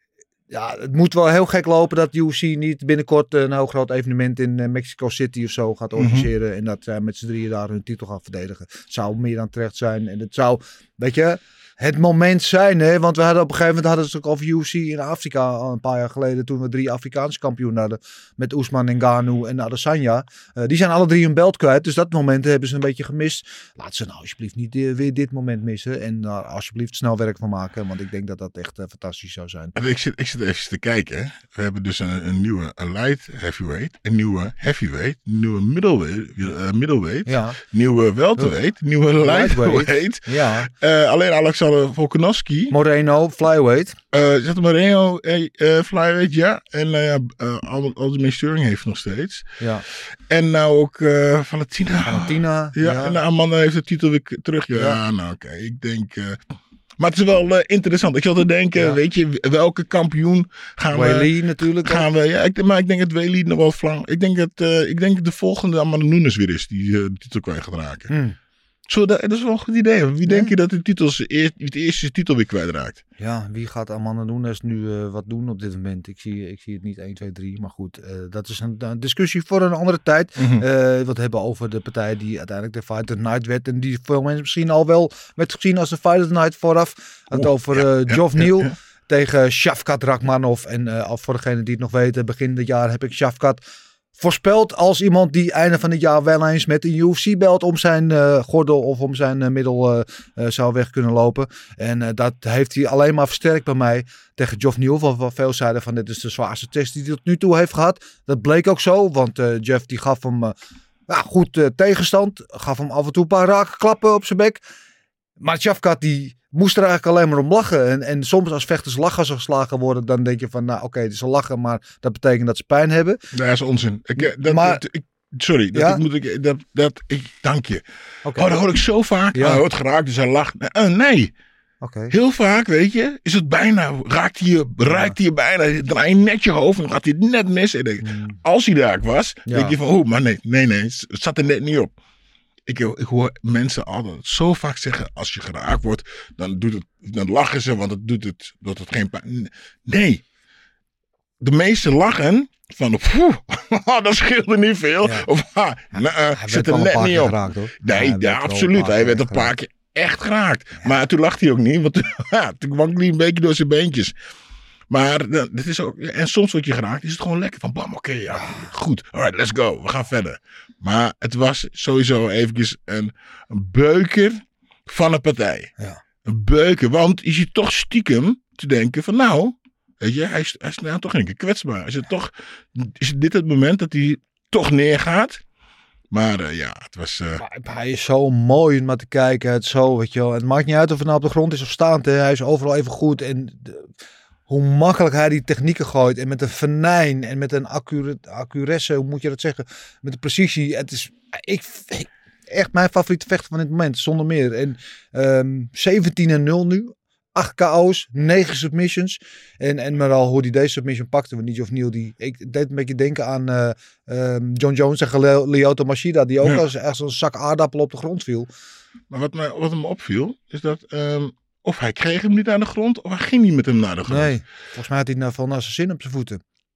ja, het moet wel heel gek lopen dat UFC niet binnenkort een heel groot evenement in Mexico City of zo gaat organiseren. En dat zij met z'n drieën daar hun titel gaan verdedigen. Het zou meer dan terecht zijn. En het zou, weet je, het moment zijn. Hè? Want we hadden op een gegeven moment hadden ze het ook over UFC in Afrika al een paar jaar geleden. Toen we 3 Afrikaanse kampioenen hadden. Met Ousmane Ngannou en Adesanya. Die zijn alle 3 hun belt kwijt. Dus dat moment hebben ze een beetje gemist. Laat ze nou alsjeblieft niet weer dit moment missen. En alsjeblieft snel werk van maken. Want ik denk dat dat echt fantastisch zou zijn. Ik zit even te kijken. Hè. We hebben dus een nieuwe light heavyweight. Een nieuwe heavyweight. Een nieuwe middleweight. Ja. Nieuwe welterweight. Nieuwe lightweight. Ja. Alleen Alexander Volkanovski. Moreno, flyweight. Zet Moreno, flyweight, ja. En Aljamain Sterling heeft nog steeds. Ja. En nou ook Valentina. Ja. En Amanda heeft de titel weer terug. Ja, nou oké. Ik denk... maar het is wel interessant. Ik zat te denken, weet je, welke kampioen gaan Weili natuurlijk. Maar ik denk dat Weili nog wel flank. Ik denk dat de volgende Amanda Nunes weer is die de titel kwijt gaat raken. Dat is wel een goed idee. Wie denk je dat de eerste titel weer kwijtraakt? Ja, wie gaat Amanda Nunes nu wat doen op dit moment? Ik zie het niet 1, 2, 3. Maar goed, dat is een discussie voor een andere tijd. Wat hebben over de partij die uiteindelijk de Fight of the Night werd. En die veel mensen misschien al wel werd gezien als de Fight of the Night vooraf. Het over Geoff Neal tegen Shavkat Rakhmonov. En voor degenen die het nog weten, begin dit jaar heb ik Shavkat voorspeld als iemand die einde van het jaar wel eens met een UFC-belt om zijn gordel of om zijn middel zou weg kunnen lopen. En dat heeft hij alleen maar versterkt bij mij tegen Geoff Neal. Van veel zeiden van dit is de zwaarste test die hij tot nu toe heeft gehad. Dat bleek ook zo, want Geoff die gaf hem goed tegenstand. Gaf hem af en toe een paar rake klappen op zijn bek. Maar Shavkat die moest er eigenlijk alleen maar om lachen. En soms als vechters lachen ze geslagen worden, dan denk je van, nou oké, ze lachen, maar dat betekent dat ze pijn hebben. Dat is onzin. Ik dank je. Okay. Dat hoor ik zo vaak. Hij wordt geraakt, dus hij lacht. Nee. Okay. Heel vaak, weet je, is het bijna, raakt hij je bijna, draai je net je hoofd en gaat hij het net mis. En als hij raak was, denk je van, maar nee, het zat er net niet op. Ik hoor mensen altijd zo vaak zeggen, als je geraakt wordt, dan lachen ze, want het doet het geen pijn. Nee. De meeste lachen van, dat scheelde niet veel. Ja. Of, zit er net niet op. Geraakt, hoor. Nee, absoluut. Hij werd een paar keer echt geraakt. Ja. Maar toen lacht hij ook niet, want toen wank hij een beetje door zijn beentjes. Maar dit is ook, en soms word je geraakt, is het gewoon lekker van bam, oké, goed, alright, let's go, we gaan verder. Maar het was sowieso eventjes een beuker van een partij. Ja. Een beuker, want je ziet toch stiekem te denken van nou, weet je, hij is nou toch een keer kwetsbaar. Is dit het moment dat hij toch neergaat? Maar het was... Hij is zo mooi om naar te kijken. Het, zo, weet je wel. Het maakt niet uit of het nou op de grond is of staand. Hè. Hij is overal even goed. En hoe makkelijk hij die technieken gooit. En met een venijn. En met een accuresse. Hoe moet je dat zeggen? Met de precisie. Het is echt mijn favoriete vechter van dit moment. Zonder meer. En 17-0 nu. 8 KO's, 9 submissions. En maar al hoe hij deze submission pakte. Want niet Geoff Neal. Ik deed een beetje denken aan John Jones tegen Lyoto Machida. Die ook als een zak aardappel op de grond viel. Maar wat me opviel. Is dat of hij kreeg hem niet naar de grond. Of hij ging niet met hem naar de grond. Nee, volgens mij had hij nou veel naar zijn zin op zijn voeten.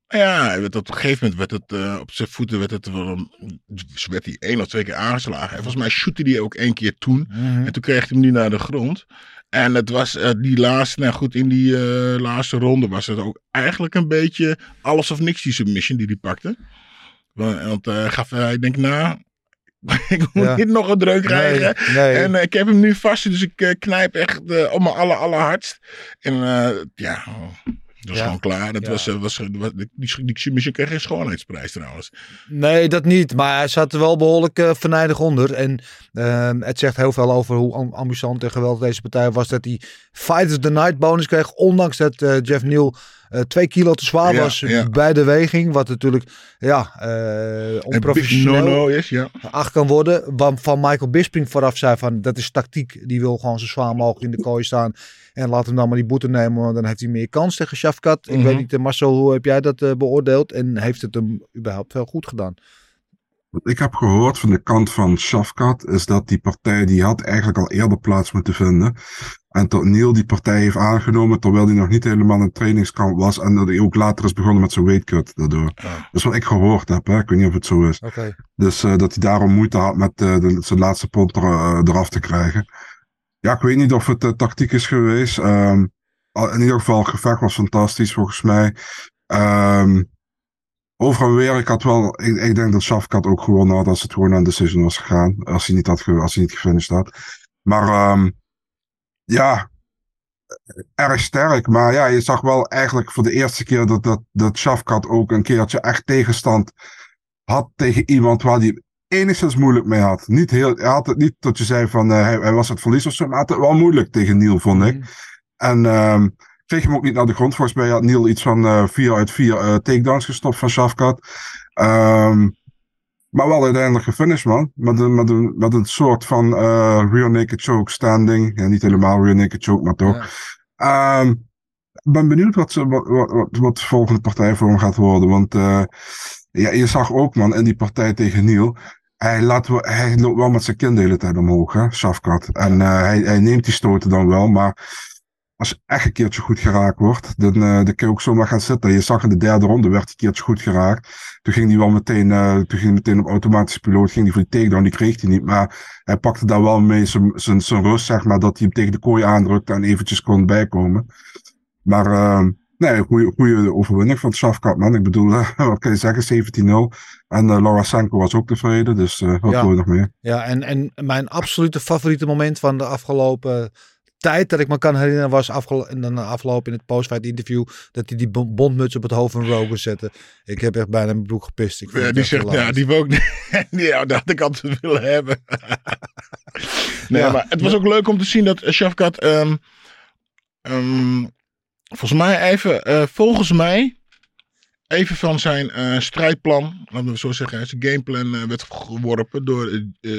Ja, op een gegeven moment werd het op zijn voeten werd hij 1 of 2 keer aangeslagen. En volgens mij shootte hij ook 1 keer toen. En toen kreeg hij hem niet naar de grond. En het was die laatste, in die laatste ronde was het ook eigenlijk een beetje alles of niks die submission die hij pakte. Want gaf hij denk ik moet niet nog een druk krijgen. Nee. En ik heb hem nu vast, dus ik knijp echt op mijn allerhardst. En dat was gewoon klaar. Die submission kreeg geen schoonheidsprijs trouwens. Nee, dat niet. Maar hij zat er wel behoorlijk venijnig onder. En het zegt heel veel over hoe amusant en geweldig deze partij was. Dat hij Fight of the Night bonus kreeg. Ondanks dat Jeff Neal 2 kilo te zwaar was bij de weging. Wat natuurlijk onprofessioneel acht kan worden. Waarvan Michael Bisping vooraf zei van dat is tactiek. Die wil gewoon zo zwaar mogelijk in de kooi staan. En laat hem dan maar die boete nemen. Want dan heeft hij meer kans tegen Shavkat. Ik weet niet, Marcel, hoe heb jij dat beoordeeld? En heeft het hem überhaupt wel goed gedaan? Wat ik heb gehoord van de kant van Shavkat is dat die partij die had eigenlijk al eerder plaats moeten vinden. En dat Neal die partij heeft aangenomen terwijl hij nog niet helemaal in trainingskamp was. En dat hij ook later is begonnen met zijn weightcut daardoor. Dat is wat ik gehoord heb. Hè? Ik weet niet of het zo is. Okay. Dus dat hij daarom moeite had met zijn laatste pond eraf te krijgen. Ja, ik weet niet of het tactiek is geweest. In ieder geval, het gevecht was fantastisch volgens mij. Over en weer, ik denk dat Shavkat ook gewonnen had als het gewoon aan de decision was gegaan. Als hij niet gefinished had. Maar erg sterk. Maar ja, je zag wel eigenlijk voor de eerste keer dat Shavkat ook een keertje echt tegenstand had tegen iemand waar hij enigszins moeilijk mee had. Hij had het niet dat je zei van hij was het verlies of zo, maar hij had het wel moeilijk tegen Neal, vond ik. En kreeg hem ook niet naar de grond. Volgens mij had Neal iets van 4 uit 4 takedowns gestopt van Shavkat. Maar wel uiteindelijk gefinished, man. Met een soort van rear naked choke standing. Ja, niet helemaal rear naked choke, maar toch. Ik ben benieuwd wat de volgende partij voor hem gaat worden. Want je zag ook, man, in die partij tegen Neal. Hij loopt wel met zijn kin de hele tijd omhoog, hè, Shavkat. En hij neemt die stoten dan wel, maar als je echt een keertje goed geraakt wordt, dan kun je ook zomaar gaan zitten. Je zag in de 3e ronde werd hij een keertje goed geraakt. Toen ging hij wel meteen op automatische piloot, ging hij voor die takedown, die kreeg hij niet. Maar hij pakte daar wel mee zijn rust, zeg maar, dat hij hem tegen de kooi aandrukte en eventjes kon bijkomen. Maar goede overwinning van Shavkat, man. Ik bedoel, wat kan je zeggen, 17-0. En Laura Sanko was ook tevreden, dus wat wil je nog meer? Ja, en mijn absolute favoriete moment van de afgelopen tijd dat ik me kan herinneren was afgelopen in het post-fight interview dat hij die bondmuts op het hoofd van Rogan zette. Ik heb echt bijna mijn broek gepist. Die zegt, die wil ook niet. Dat had ik altijd willen hebben. Maar het was ook leuk om te zien dat Shavkat volgens mij even van zijn strijdplan, laten we zo zeggen, zijn gameplan werd geworpen door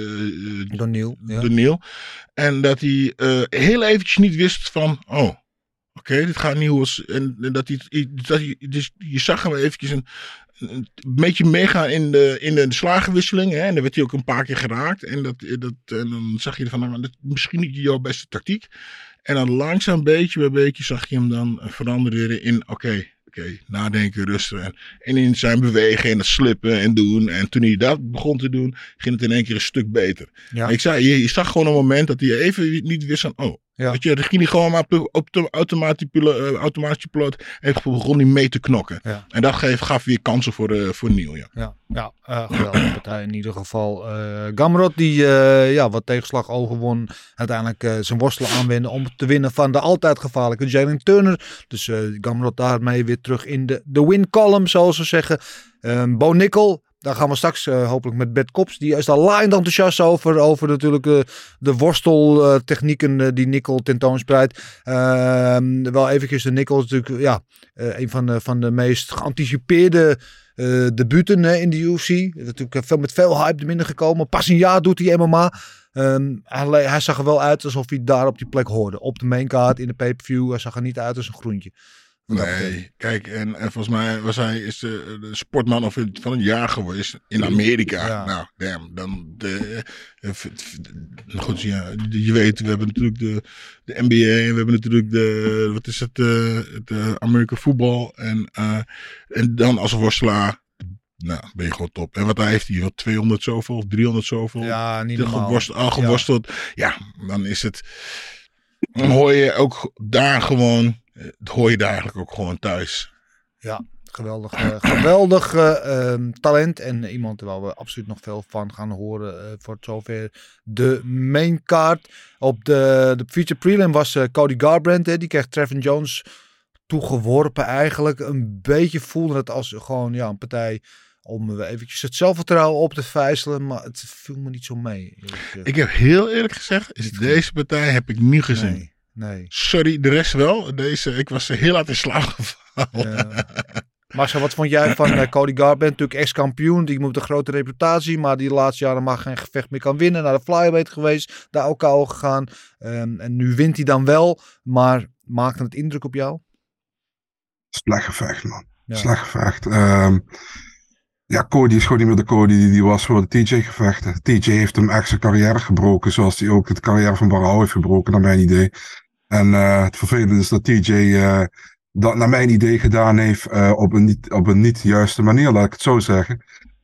Neal. En dat hij heel eventjes niet wist van, dit gaat niet hoe en dat hij dus je zag hem eventjes een beetje meegaan in de slagenwisseling. Hè? En dan werd hij ook een paar keer geraakt. En dan zag je ervan, misschien niet jouw beste tactiek. En dan langzaam, beetje bij beetje, zag je hem dan veranderen in, oké, nadenken, rusten. En in zijn bewegen en het slippen en doen. En toen hij dat begon te doen, ging het in één keer een stuk beter. Ja. Ik zei, je zag gewoon een moment dat hij even niet wist van, weet je, dan ging hij gewoon maar op de automatische piloot en begon hij mee te knokken. Ja. En dat gaf weer kansen voor Neal. Geweldige partij in ieder geval. Gamrot die wat tegenslag overwon. Uiteindelijk zijn worstelen aanwenden om te winnen van de altijd gevaarlijke Jalen Turner. Dus Gamrot daarmee weer terug in de win column, zoals ze zeggen. Bo Nickel. Daar gaan we straks hopelijk met Bert Kops. Die is daar laaiend enthousiast over natuurlijk de worsteltechnieken die Nickel tentoonspreidt. Wel eventjes, de Nickel is natuurlijk een van de meest geanticipeerde debuten in de UFC. Natuurlijk met veel hype er binnen gekomen. Pas een jaar doet hij MMA. Hij zag er wel uit alsof hij daar op die plek hoorde. Op de maincard, in de pay-per-view. Hij zag er niet uit als een groentje. Nee, kijk, en volgens mij was hij de sportman van het jaar geworden in Amerika. Ja. Nou, damn, dan goed, ja, je weet, we hebben natuurlijk de NBA en we hebben natuurlijk de American football en dan als worstelaar, nou, ben je gewoon top. En wat hij heeft hier, 200 zoveel of 300 zoveel. Ja, niet normaal. Geworsteld. Ja, dan is het, dan hoor je ook daar gewoon. Dat hoor je daar eigenlijk ook gewoon thuis. Ja, geweldig talent. En iemand waar we absoluut nog veel van gaan horen voor zover de main card. Op de feature prelim was Cody Garbrandt. Die kreeg Trevin Jones toegeworpen eigenlijk. Een beetje voelde het als gewoon een partij om eventjes het zelfvertrouwen op te vijzelen. Maar het viel me niet zo mee. Ik heb heel eerlijk gezegd, deze partij heb ik niet gezien. Nee. Sorry, de rest wel. Ik was heel laat in slaap gevallen. Marcel, wat vond jij van Cody Garbrandt? Natuurlijk ex-kampioen, die moet een grote reputatie, maar die de laatste jaren maar geen gevecht meer kan winnen. Naar de flyweight geweest, daar ook al gegaan. En nu wint hij dan wel, maar maakte het indruk op jou? Slecht gevecht, man. Ja. Slecht gevecht. Cody is gewoon niet meer de Cody die was voor de TJ-gevechten. TJ heeft hem echt zijn carrière gebroken, zoals hij ook de carrière van Barao heeft gebroken, naar mijn idee. En het vervelende is dat TJ dat naar mijn idee gedaan heeft op een niet juiste manier, laat ik het zo zeggen.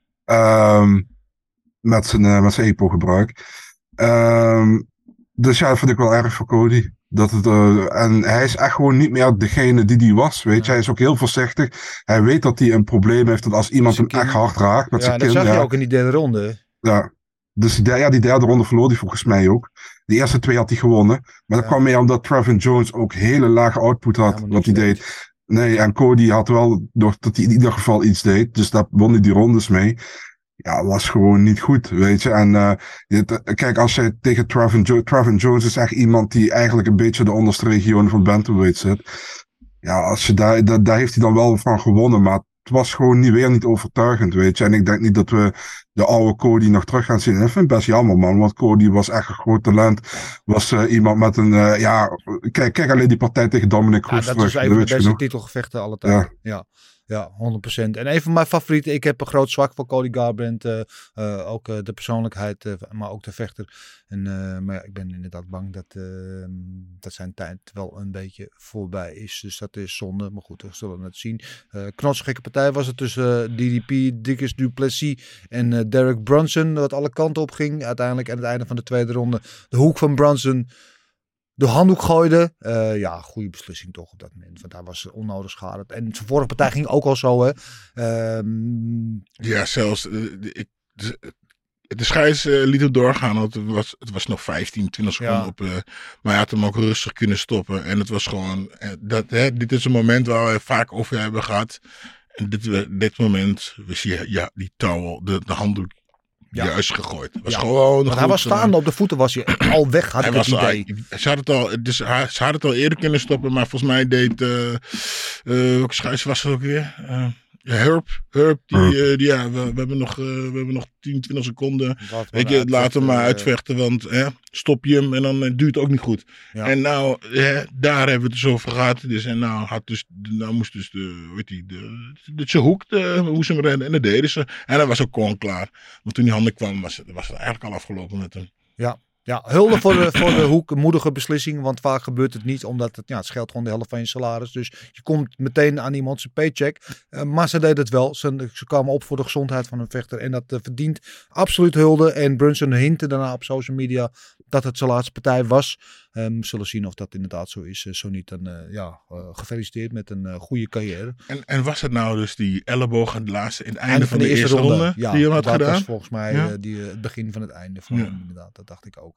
Met zijn EPO-gebruik. Dus ja, dat vind ik wel erg voor Cody. En hij is echt gewoon niet meer degene die was, weet je. Hij is ook heel voorzichtig. Hij weet dat hij een probleem heeft dat als iemand hem echt hard raakt met zijn kin. Dat zag je ook in die derde ronde. Ja. Dus die derde ronde verloor hij volgens mij ook. De eerste 2 had hij gewonnen. Maar dat kwam meer omdat Trevin Jones ook hele lage output had, wat hij deed. Nee, en Cody had wel, dat hij in ieder geval iets deed. Dus daar won hij die rondes mee. Ja, was gewoon niet goed, weet je. En kijk, als je tegen Trevin Jones is echt iemand die eigenlijk een beetje de onderste regionen van bantamweight zit. Ja, als je daar heeft hij dan wel van gewonnen, maar het was gewoon weer niet overtuigend, weet je. En ik denk niet dat we de oude Cody nog terug gaan zien. En dat vind ik best jammer, man, want Cody was echt een groot talent. Was iemand met een, kijk alleen die partij tegen Dominic Cruz terug. Dat is een van de beste titelgevechten alle tijden. Ja, 100%. En een van mijn favorieten, ik heb een groot zwak voor Cody Garbrandt. Ook de persoonlijkheid, maar ook de vechter. Maar ja, ik ben inderdaad bang dat zijn tijd wel een beetje voorbij is. Dus dat is zonde. Maar goed, we zullen het zien. Knotsgekke partij was het tussen DDP, Dricus du Plessis en Derek Brunson. Wat alle kanten op ging. Uiteindelijk aan het einde van de tweede ronde de hoek van Brunson de handdoek gooide. Goede beslissing toch op dat moment. Want hij was onnodig schade. En zijn vorige partij ging ook al zo. Hè. Ja, zelfs de scheids liet hem doorgaan. Want het was nog 15, 20 seconden op. Maar hij had hem ook rustig kunnen stoppen. En het was gewoon, dit is een moment waar we vaak over hebben gehad. En dit moment was die touw, de handdoek. Juist gegooid. Was gewoon want hij was staande op de voeten, was hij al weg, had ik het idee. Ze had het al eerder kunnen stoppen, maar volgens mij deed welke scheids was het ook weer? Herb, we hebben nog 10, 20 seconden. Laat hem maar uitvechten, want stop je hem en dan duurt het ook niet goed. Ja. En nou, daar hebben we het dus over gehad. Dus, en nou moest dus de hoek moest hem redden en dat deden ze. En dat was ook gewoon klaar. Want toen die handen kwam, was het eigenlijk al afgelopen met hem. Ja, hulde voor de hoek, een moedige beslissing, want vaak gebeurt het niet, omdat het scheelt gewoon de helft van je salaris. Dus je komt meteen aan iemand zijn paycheck. Maar ze deden het wel. Ze kwamen op voor de gezondheid van een vechter en dat verdient absoluut hulde. En Brunson hintte daarna op social media dat het zijn laatste partij was. We zullen zien of dat inderdaad zo is. Zo niet, dan gefeliciteerd met een goede carrière. En was het nou dus die elleboog aan het einde van de eerste ronde die je had gedaan? Dat was volgens mij het begin van het einde van hem, inderdaad. Dat dacht ik ook.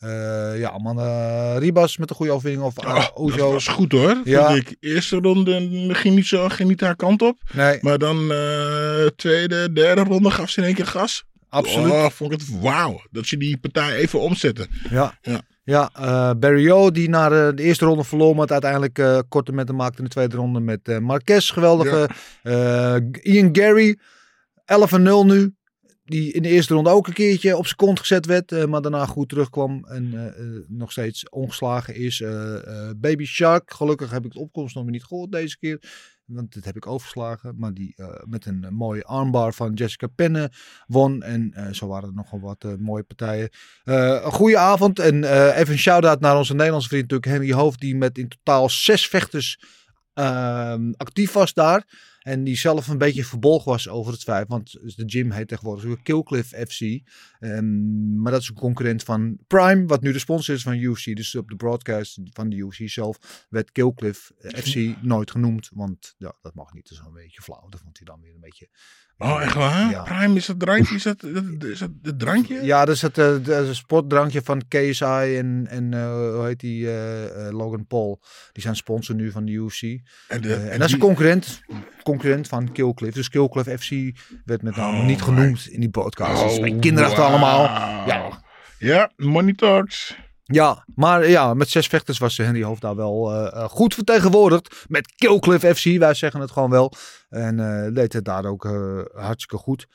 Ribas met een goede overwinning. Dat was goed hoor. Vond ik. Eerste ronde ging niet haar kant op. Nee. Maar dan tweede, derde ronde gaf ze in één keer gas. Absoluut. Vond ik het wauw. Dat ze die partij even omzetten. Ja, Barrio die naar de eerste ronde verloor, maar het uiteindelijk korte met hem maakte in de tweede ronde met Marquez. Geweldige. Ian Gary, 11-0 nu. die in de eerste ronde ook een keertje op zijn kont gezet werd. Maar daarna goed terugkwam en nog steeds ongeslagen is. Baby Shark, gelukkig heb ik de opkomst nog niet gehoord deze keer. Want dit heb ik overgeslagen. Maar die met een mooie armbar van Jessica Penne won. En zo waren er nogal wat mooie partijen. Een goede avond. En even een shout-out naar onze Nederlandse vriend natuurlijk Henry Hoofd. Die met in totaal 6 vechters actief was daar. En die zelf een beetje verbolgen was over het feit. Want de gym heet tegenwoordig Killcliff FC. Maar dat is een concurrent van Prime. Wat nu de sponsor is van UFC. Dus op de broadcast van de UFC zelf werd Killcliff FC nooit genoemd. Want ja, dat mag niet. Dat is een beetje flauw. Dat vond hij dan weer een beetje... Oh, echt waar? Ja. Prime is dat drankje? Is dat het drankje? Ja, dat is het sportdrankje van KSI en hoe heet die? Logan Paul. Die zijn sponsor nu van de UFC. En dat is een concurrent van Killcliff. Dus Killcliff FC werd met name niet genoemd in die podcast. Dat is een beetje kinderachtig allemaal. Ja, money talks. Ja, maar ja, met 6 vechters was Henry Hoofd daar wel goed vertegenwoordigd. Met Killcliff FC, wij zeggen het gewoon wel. En deed het daar ook hartstikke goed.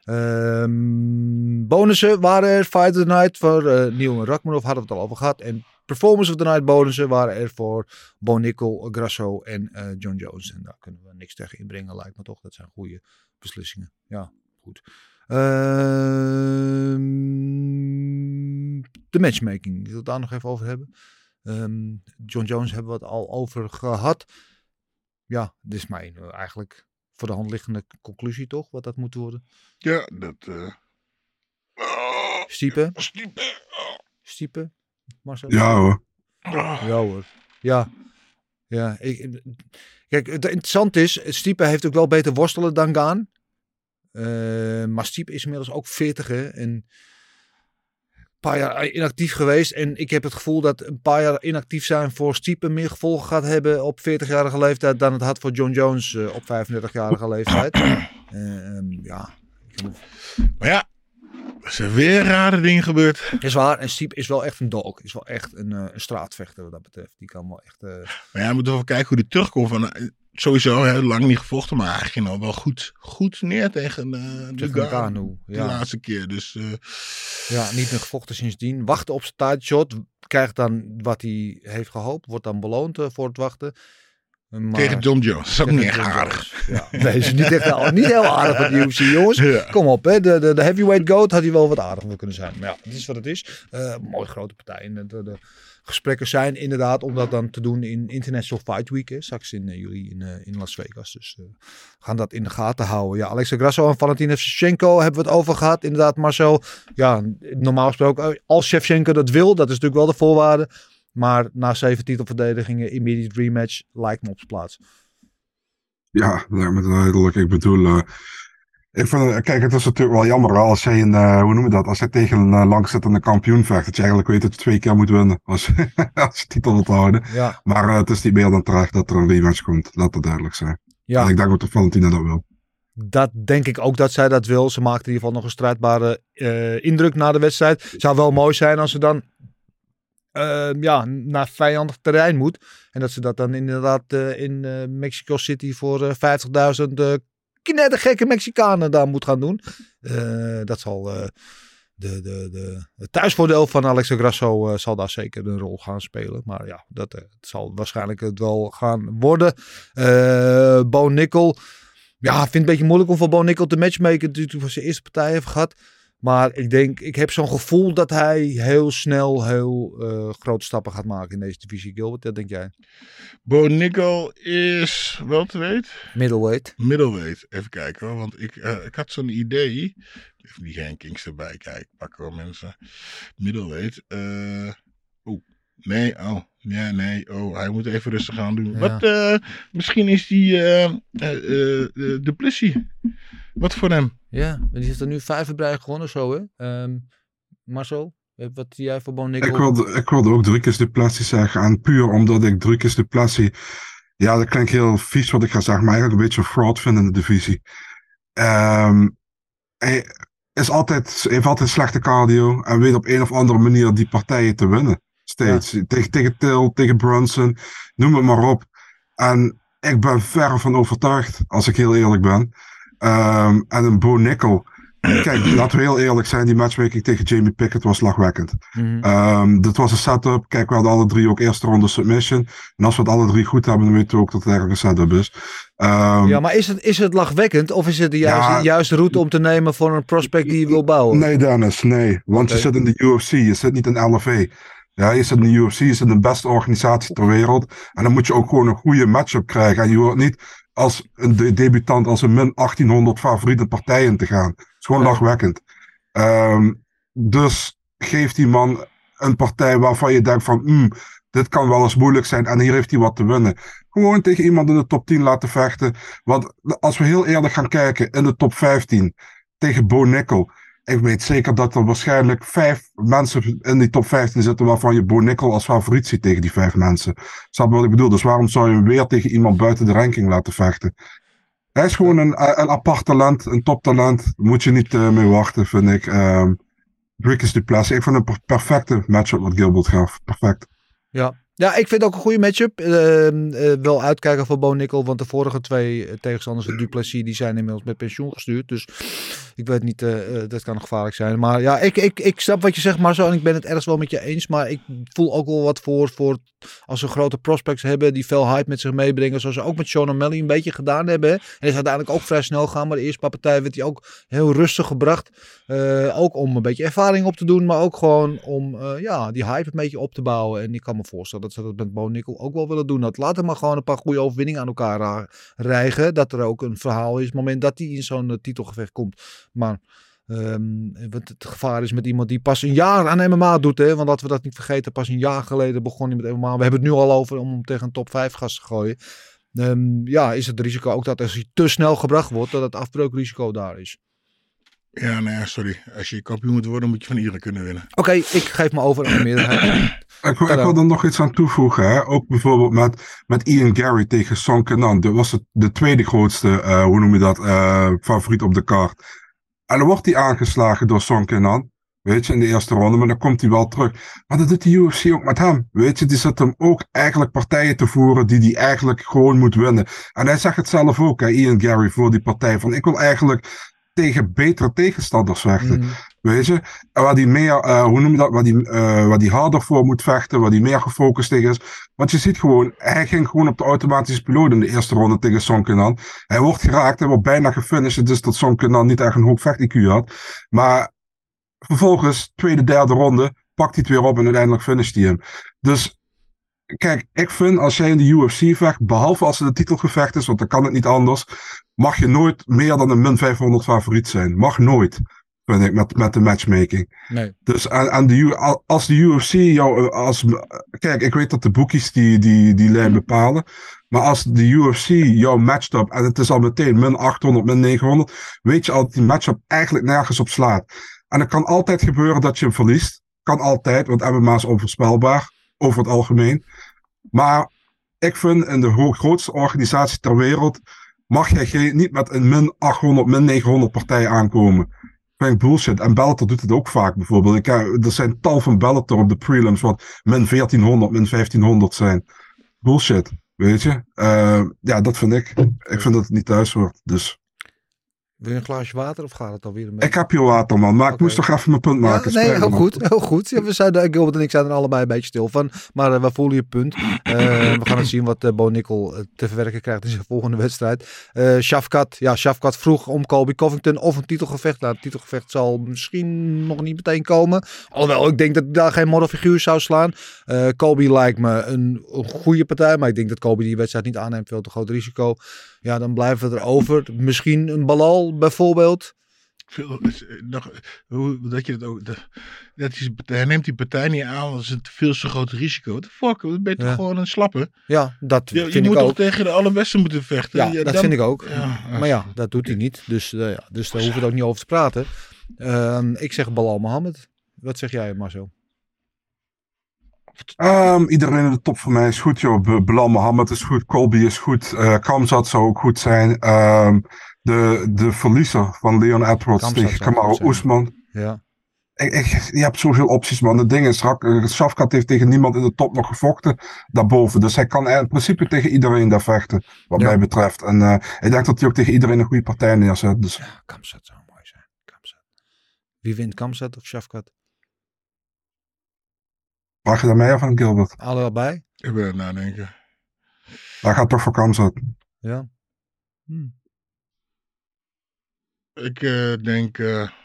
Bonussen waren er. Fight of the Night voor Neil Rakhmonov, hadden we het al over gehad. En Performance of the Night bonussen waren er voor Bo Nickel, Grasso en John Jones. En daar kunnen we niks tegen inbrengen, lijkt me toch. Dat zijn goede beslissingen. Ja, goed. De matchmaking, ik wil het daar nog even over hebben. John Jones hebben we het al over gehad. Ja, dit is mijn eigenlijk voor de hand liggende conclusie toch, wat dat moet worden. Ja, dat... Stiepe? Marcel? Ja hoor. Ja hoor. Ja. Kijk, het interessante is, Stipe heeft ook wel beter worstelen dan Gaan. Maar Stipe is inmiddels ook 40 en een paar jaar inactief geweest. En ik heb het gevoel dat een paar jaar inactief zijn voor Stipe meer gevolgen gaat hebben op 40-jarige leeftijd dan het had voor John Jones op 35-jarige leeftijd. Ja. Maar ja, er zijn weer rare dingen gebeurd. Is waar. En Stipe is wel echt een dog. Is wel echt een straatvechter wat dat betreft. Die kan wel echt... Maar ja, we moeten even kijken hoe die terugkomt. Van, sowieso heel lang niet gevochten. Maar hij ging al wel goed neer tegen de Ngannou. De laatste keer. Dus, ja, niet meer gevochten sindsdien. Wachten op zijn tijdshot. Krijgt dan wat hij heeft gehoopt. Wordt dan beloond voor het wachten. Maar tegen John Jones. Dat is ook niet echt aardig. Ja. Nee, is niet heel aardig voor de UFC, jongens. Ja. Kom op, hè. De heavyweight goat had hij wel wat aardiger kunnen zijn. Maar ja, dit is wat het is. Mooi grote partij. En de gesprekken zijn inderdaad om dat dan te doen in International Fight Week. Hè. Straks in juli in Las Vegas. Dus gaan dat in de gaten houden. Ja, Alexa Grasso en Valentina Shevchenko hebben we het over gehad. Inderdaad, Marcel. Ja, normaal gesproken, als Shevchenko dat wil, dat is natuurlijk wel de voorwaarde. Maar na 7 titelverdedigingen, immediate rematch, lijkt me op zijn plaats. Ja, lijkt me duidelijk. Ik bedoel, kijk, het is natuurlijk wel jammer als jij hoe noem je dat? Als jij tegen een langzittende kampioen vecht, dat je eigenlijk weet dat je 2 keer moet winnen als je titel wilt houden. Ja. Maar het is niet meer dan terecht dat er een rematch komt. Laat dat duidelijk zijn. Ja. En ik denk ook dat Valentina dat wil. Dat denk ik ook dat zij dat wil. Ze maakte in ieder geval nog een strijdbare indruk na de wedstrijd. Het zou wel mooi zijn als ze dan naar vijandig terrein moet. En dat ze dat dan inderdaad in Mexico City voor 50.000 knettergekke Mexicanen daar moet gaan doen. Dat zal het thuisvoordeel van Alexa Grasso zal daar zeker een rol gaan spelen. Maar ja, dat zal waarschijnlijk het wel gaan worden. Bo Nickel. Ja, vind het een beetje moeilijk om voor Bo Nickel te matchmaken. Natuurlijk voor zijn eerste partij heeft gehad. Maar ik heb zo'n gevoel dat hij heel snel grote stappen gaat maken in deze divisie. Gilbert, wat denk jij? Bo Nickel is welterweight? Middleweight. Even kijken hoor, want ik had zo'n idee. Even die rankings erbij kijken, pakken wel mensen. Middleweight. Nee, hij moet even rustig aan doen. Ja. Misschien is die Duplessis. Wat voor hem? Ja, die heeft er nu 5 erbij gewonnen zo, hè? Marcel, wat jij voor Bo Nickel? Ik wilde ook Dricus Duplessis zeggen. En puur omdat ik Dricus Duplessis... Ja, dat klinkt heel vies wat ik ga zeggen, maar eigenlijk een beetje een fraud vind in de divisie. Hij heeft altijd slechte cardio en weet op een of andere manier die partijen te winnen. Steeds. Ja. Tegen Till, tegen Brunson, noem het maar op. En ik ben ver van overtuigd, als ik heel eerlijk ben. En een Bo Nickel, Kijk, laten we heel eerlijk zijn. Die matchmaking tegen Jamie Pickett was lachwekkend. Dat was een setup. Kijk, we hadden alle 3 ook eerste ronde submission. En als we het alle 3 goed hebben, dan weten we ook dat het eigenlijk een setup is. Ja, maar is het lachwekkend? Of is het de juiste route om te nemen voor een prospect die je wil bouwen? Nee, Dennis, nee. Want je zit in de UFC, je zit niet in LFA. Ja, je zit in de UFC, je zit in de beste organisatie ter wereld. En dan moet je ook gewoon een goede matchup krijgen. En je hoort niet als een debutant als een min 1800 favoriete partij in te gaan. Het is gewoon lachwekkend. Dus geef die man een partij waarvan je denkt van... dit kan wel eens moeilijk zijn en hier heeft hij wat te winnen. Gewoon tegen iemand in de top 10 laten vechten. Want als we heel eerlijk gaan kijken in de top 15 tegen Bo Nickel... Ik weet zeker dat er waarschijnlijk 5 mensen in die top 15 zitten waarvan je Bo Nickel als favoriet ziet tegen die 5 mensen. Snap je wat ik bedoel? Dus waarom zou je hem weer tegen iemand buiten de ranking laten vechten? Hij is gewoon een apart talent, een toptalent. Daar moet je niet mee wachten, vind ik. Dricus Du Plessis. Ik vond een perfecte matchup wat Gilbert gaf. Perfect. Ja, ik vind het ook een goede matchup. Wel uitkijken voor Bo Nickel, want de vorige 2 tegenstanders van Du Plessis, die zijn inmiddels met pensioen gestuurd. Dus ik weet niet, dat kan gevaarlijk zijn. Maar ja, ik snap wat je zegt, Marcel, en ik ben het ergens wel met je eens. Maar ik voel ook wel wat voor als ze grote prospects hebben die veel hype met zich meebrengen. Zoals ze ook met Sean O'Malley een beetje gedaan hebben. En is uiteindelijk ook vrij snel gaan. Maar de eerste paar partijen werd hij ook heel rustig gebracht. Ook om een beetje ervaring op te doen, maar ook gewoon om die hype een beetje op te bouwen. En ik kan me voorstellen dat ze dat met Bo Nickel ook wel willen doen. Dat laat hem maar gewoon een paar goede overwinningen aan elkaar rijgen. Dat er ook een verhaal is op het moment dat hij in zo'n titelgevecht komt. Maar wat het gevaar is met iemand die pas een jaar aan MMA doet. Hè? Want laten we dat niet vergeten. Pas een jaar geleden begon hij met MMA. We hebben het nu al over om hem tegen een top 5 gast te gooien. Is het risico ook dat als hij te snel gebracht wordt, dat het afbreukrisico daar is. Ja, nee, sorry. Als je kampioen moet worden, moet je van iedereen kunnen winnen. Oké, ik geef me over aan de meerderheid. Ik wil er nog iets aan toevoegen. Hè? Ook bijvoorbeeld met Ian Gary tegen Song Kenan. Dat was de tweede grootste, favoriet op de kaart. En dan wordt hij aangeslagen door Song Kenan. Weet je, in de eerste ronde. Maar dan komt hij wel terug. Maar dat doet de UFC ook met hem. Weet je, die zit hem ook eigenlijk partijen te voeren die hij eigenlijk gewoon moet winnen. En hij zegt het zelf ook, hè, Ian Gary, voor die partij. Van ik wil eigenlijk tegen betere tegenstanders vechten. Weet je? Waar die meer, waar die harder voor moet vechten, waar die meer gefocust tegen is. Want je ziet gewoon, hij ging gewoon op de automatische piloot in de eerste ronde tegen Song Kenan. Hij wordt geraakt, hij wordt bijna gefinished. Dus dat Song Kenan niet echt een hoog vecht-IQ had. Maar vervolgens, tweede, derde ronde, pakt hij het weer op en uiteindelijk finisht hij hem. Dus kijk, ik vind als jij in de UFC vecht, behalve als het een titelgevecht is, want dan kan het niet anders, mag je nooit meer dan een min 500 favoriet zijn. Mag nooit, vind ik, met de matchmaking. Nee. Dus als de UFC jou... Kijk, ik weet dat de bookies die lijn bepalen. Maar als de UFC jou matcht up en het is al meteen min 800, min 900, weet je al dat die matchup eigenlijk nergens op slaat. En het kan altijd gebeuren dat je hem verliest. Kan altijd, want MMA is onvoorspelbaar, over het algemeen. Maar ik vind in de grootste organisatie ter wereld mag jij niet met een min 800, min 900 partij aankomen. Vind ik bullshit. En Bellator doet het ook vaak bijvoorbeeld. Er zijn tal van Bellator op de prelims wat min 1400, min 1500 zijn. Bullshit, weet je. Dat vind ik. Ik vind dat het niet thuis hoort. Dus. Wil je een glaasje water of gaat het alweer? Ik heb hier water, man. Maar ik moest toch even mijn punt maken. Ja, nee, heel goed. Heel goed. Ja, Gilbert en ik zijn er allebei een beetje stil van. Maar we voelen je punt. We gaan het zien wat Bo Nickel te verwerken krijgt in zijn volgende wedstrijd. Shavkat vroeg om Colby Covington of een titelgevecht. Nou, het titelgevecht zal misschien nog niet meteen komen. Alhoewel, ik denk dat hij daar geen modderfiguur zou slaan. Colby lijkt me een goede partij. Maar ik denk dat Colby die wedstrijd niet aanneemt. Veel te groot risico. Ja, dan blijven we erover. Misschien een Balal bijvoorbeeld. Hij neemt die partij niet aan als een veel te groot risico. What the fuck? Dan ben je toch gewoon een slappe? Ja, dat vind ik ook. Je moet toch tegen de allerbeste moeten vechten? Ja, dat vind ik ook. Ja, maar ja, dat doet hij niet. Dus daar hoeven we het ook niet over te praten. Ik zeg Balal Mohammed. Wat zeg jij, Marcel? Iedereen in de top voor mij is goed, joh. Belal Mohammed is goed, Colby is goed, Khamzat zou ook goed zijn. De verliezer van Leon Edwards tegen Kamaru Usman. Ja. Je hebt zoveel opties, man. Het ding is, Shavkat heeft tegen niemand in de top nog gevochten daarboven. Dus hij kan in principe tegen iedereen daar vechten, wat mij betreft. En ik denk dat hij ook tegen iedereen een goede partij neerzet. Dus. Ja, Khamzat zou mooi zijn. Khamzat. Wie wint, Khamzat of Shafkat? Mag je daarmee of van Gilbert? Allebei? Ik ben aan het nadenken. Hij gaat toch voor Khamzat. Ja. Ik denk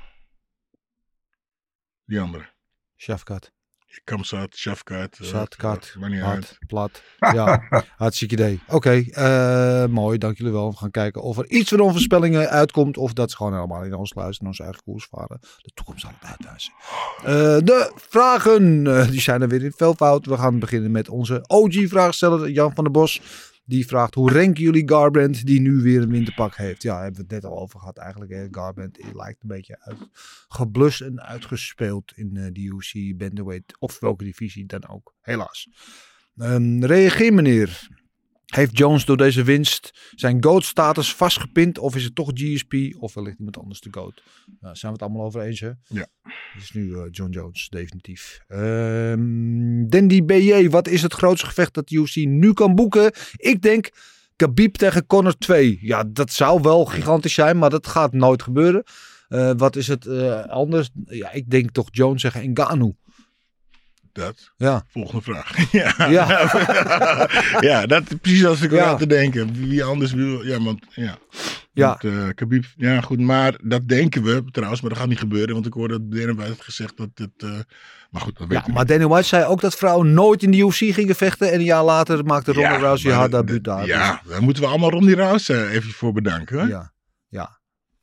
die andere. Shafkat. Khamzat, Shafkat. Shafkat. Maar niet Hard. uit. Plat. Ja, hartstikke idee. Oké, mooi. Dank jullie wel. We gaan kijken of er iets van onze voorspellingen uitkomt. Of dat ze gewoon helemaal in ons luisteren. Onze eigen koers varen. De toekomst zal het uitwijzen. De vragen. Die zijn er weer in veelvoud. We gaan beginnen met onze OG-vraagsteller. Jan van der Bos. Die vraagt, hoe ranken jullie Garbrandt die nu weer een winterpak heeft? Ja, hebben we het net al over gehad eigenlijk. Hè? Garbrandt lijkt een beetje uitgeblust en uitgespeeld in de UFC, bantamweight of welke divisie dan ook. Helaas. Reageer meneer. Heeft Jones door deze winst zijn GOAT-status vastgepind? Of is het toch GSP? Of wellicht iemand anders de GOAT? Nou, zijn we het allemaal over eens, hè? Ja. Het is nu John Jones, definitief. Dandy BJ, wat is het grootste gevecht dat de UFC nu kan boeken? Ik denk Khabib tegen Conor 2. Ja, dat zou wel gigantisch zijn, maar dat gaat nooit gebeuren. Wat is het anders? Ja, ik denk toch Jones tegen Ngannou. Dat? Ja. Volgende vraag. Ja. Ja. Dat precies als ik aan te denken. Wie anders wil... Ja, want... Ja. Khabib... Ja, goed. Maar dat denken we trouwens. Maar dat gaat niet gebeuren. Want ik hoorde dat Dana White had gezegd dat het... maar goed, dat weet ik maar Dana White zei ook dat vrouwen nooit in de UFC gingen vechten. En een jaar later maakte Ronda Rousey haar debuut daar. Ja, daar moeten we allemaal Ronda Rousey even voor bedanken. Hè? Ja.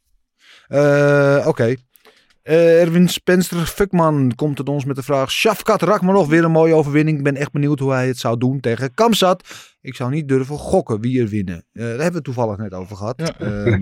Oké. Erwin Spencer Fuckman komt tot ons met de vraag: Shafkat Rakhmonov, weer een mooie overwinning. Ik ben echt benieuwd hoe hij het zou doen tegen Khamzat. Ik zou niet durven gokken wie er winnen. Daar hebben we het toevallig net over gehad.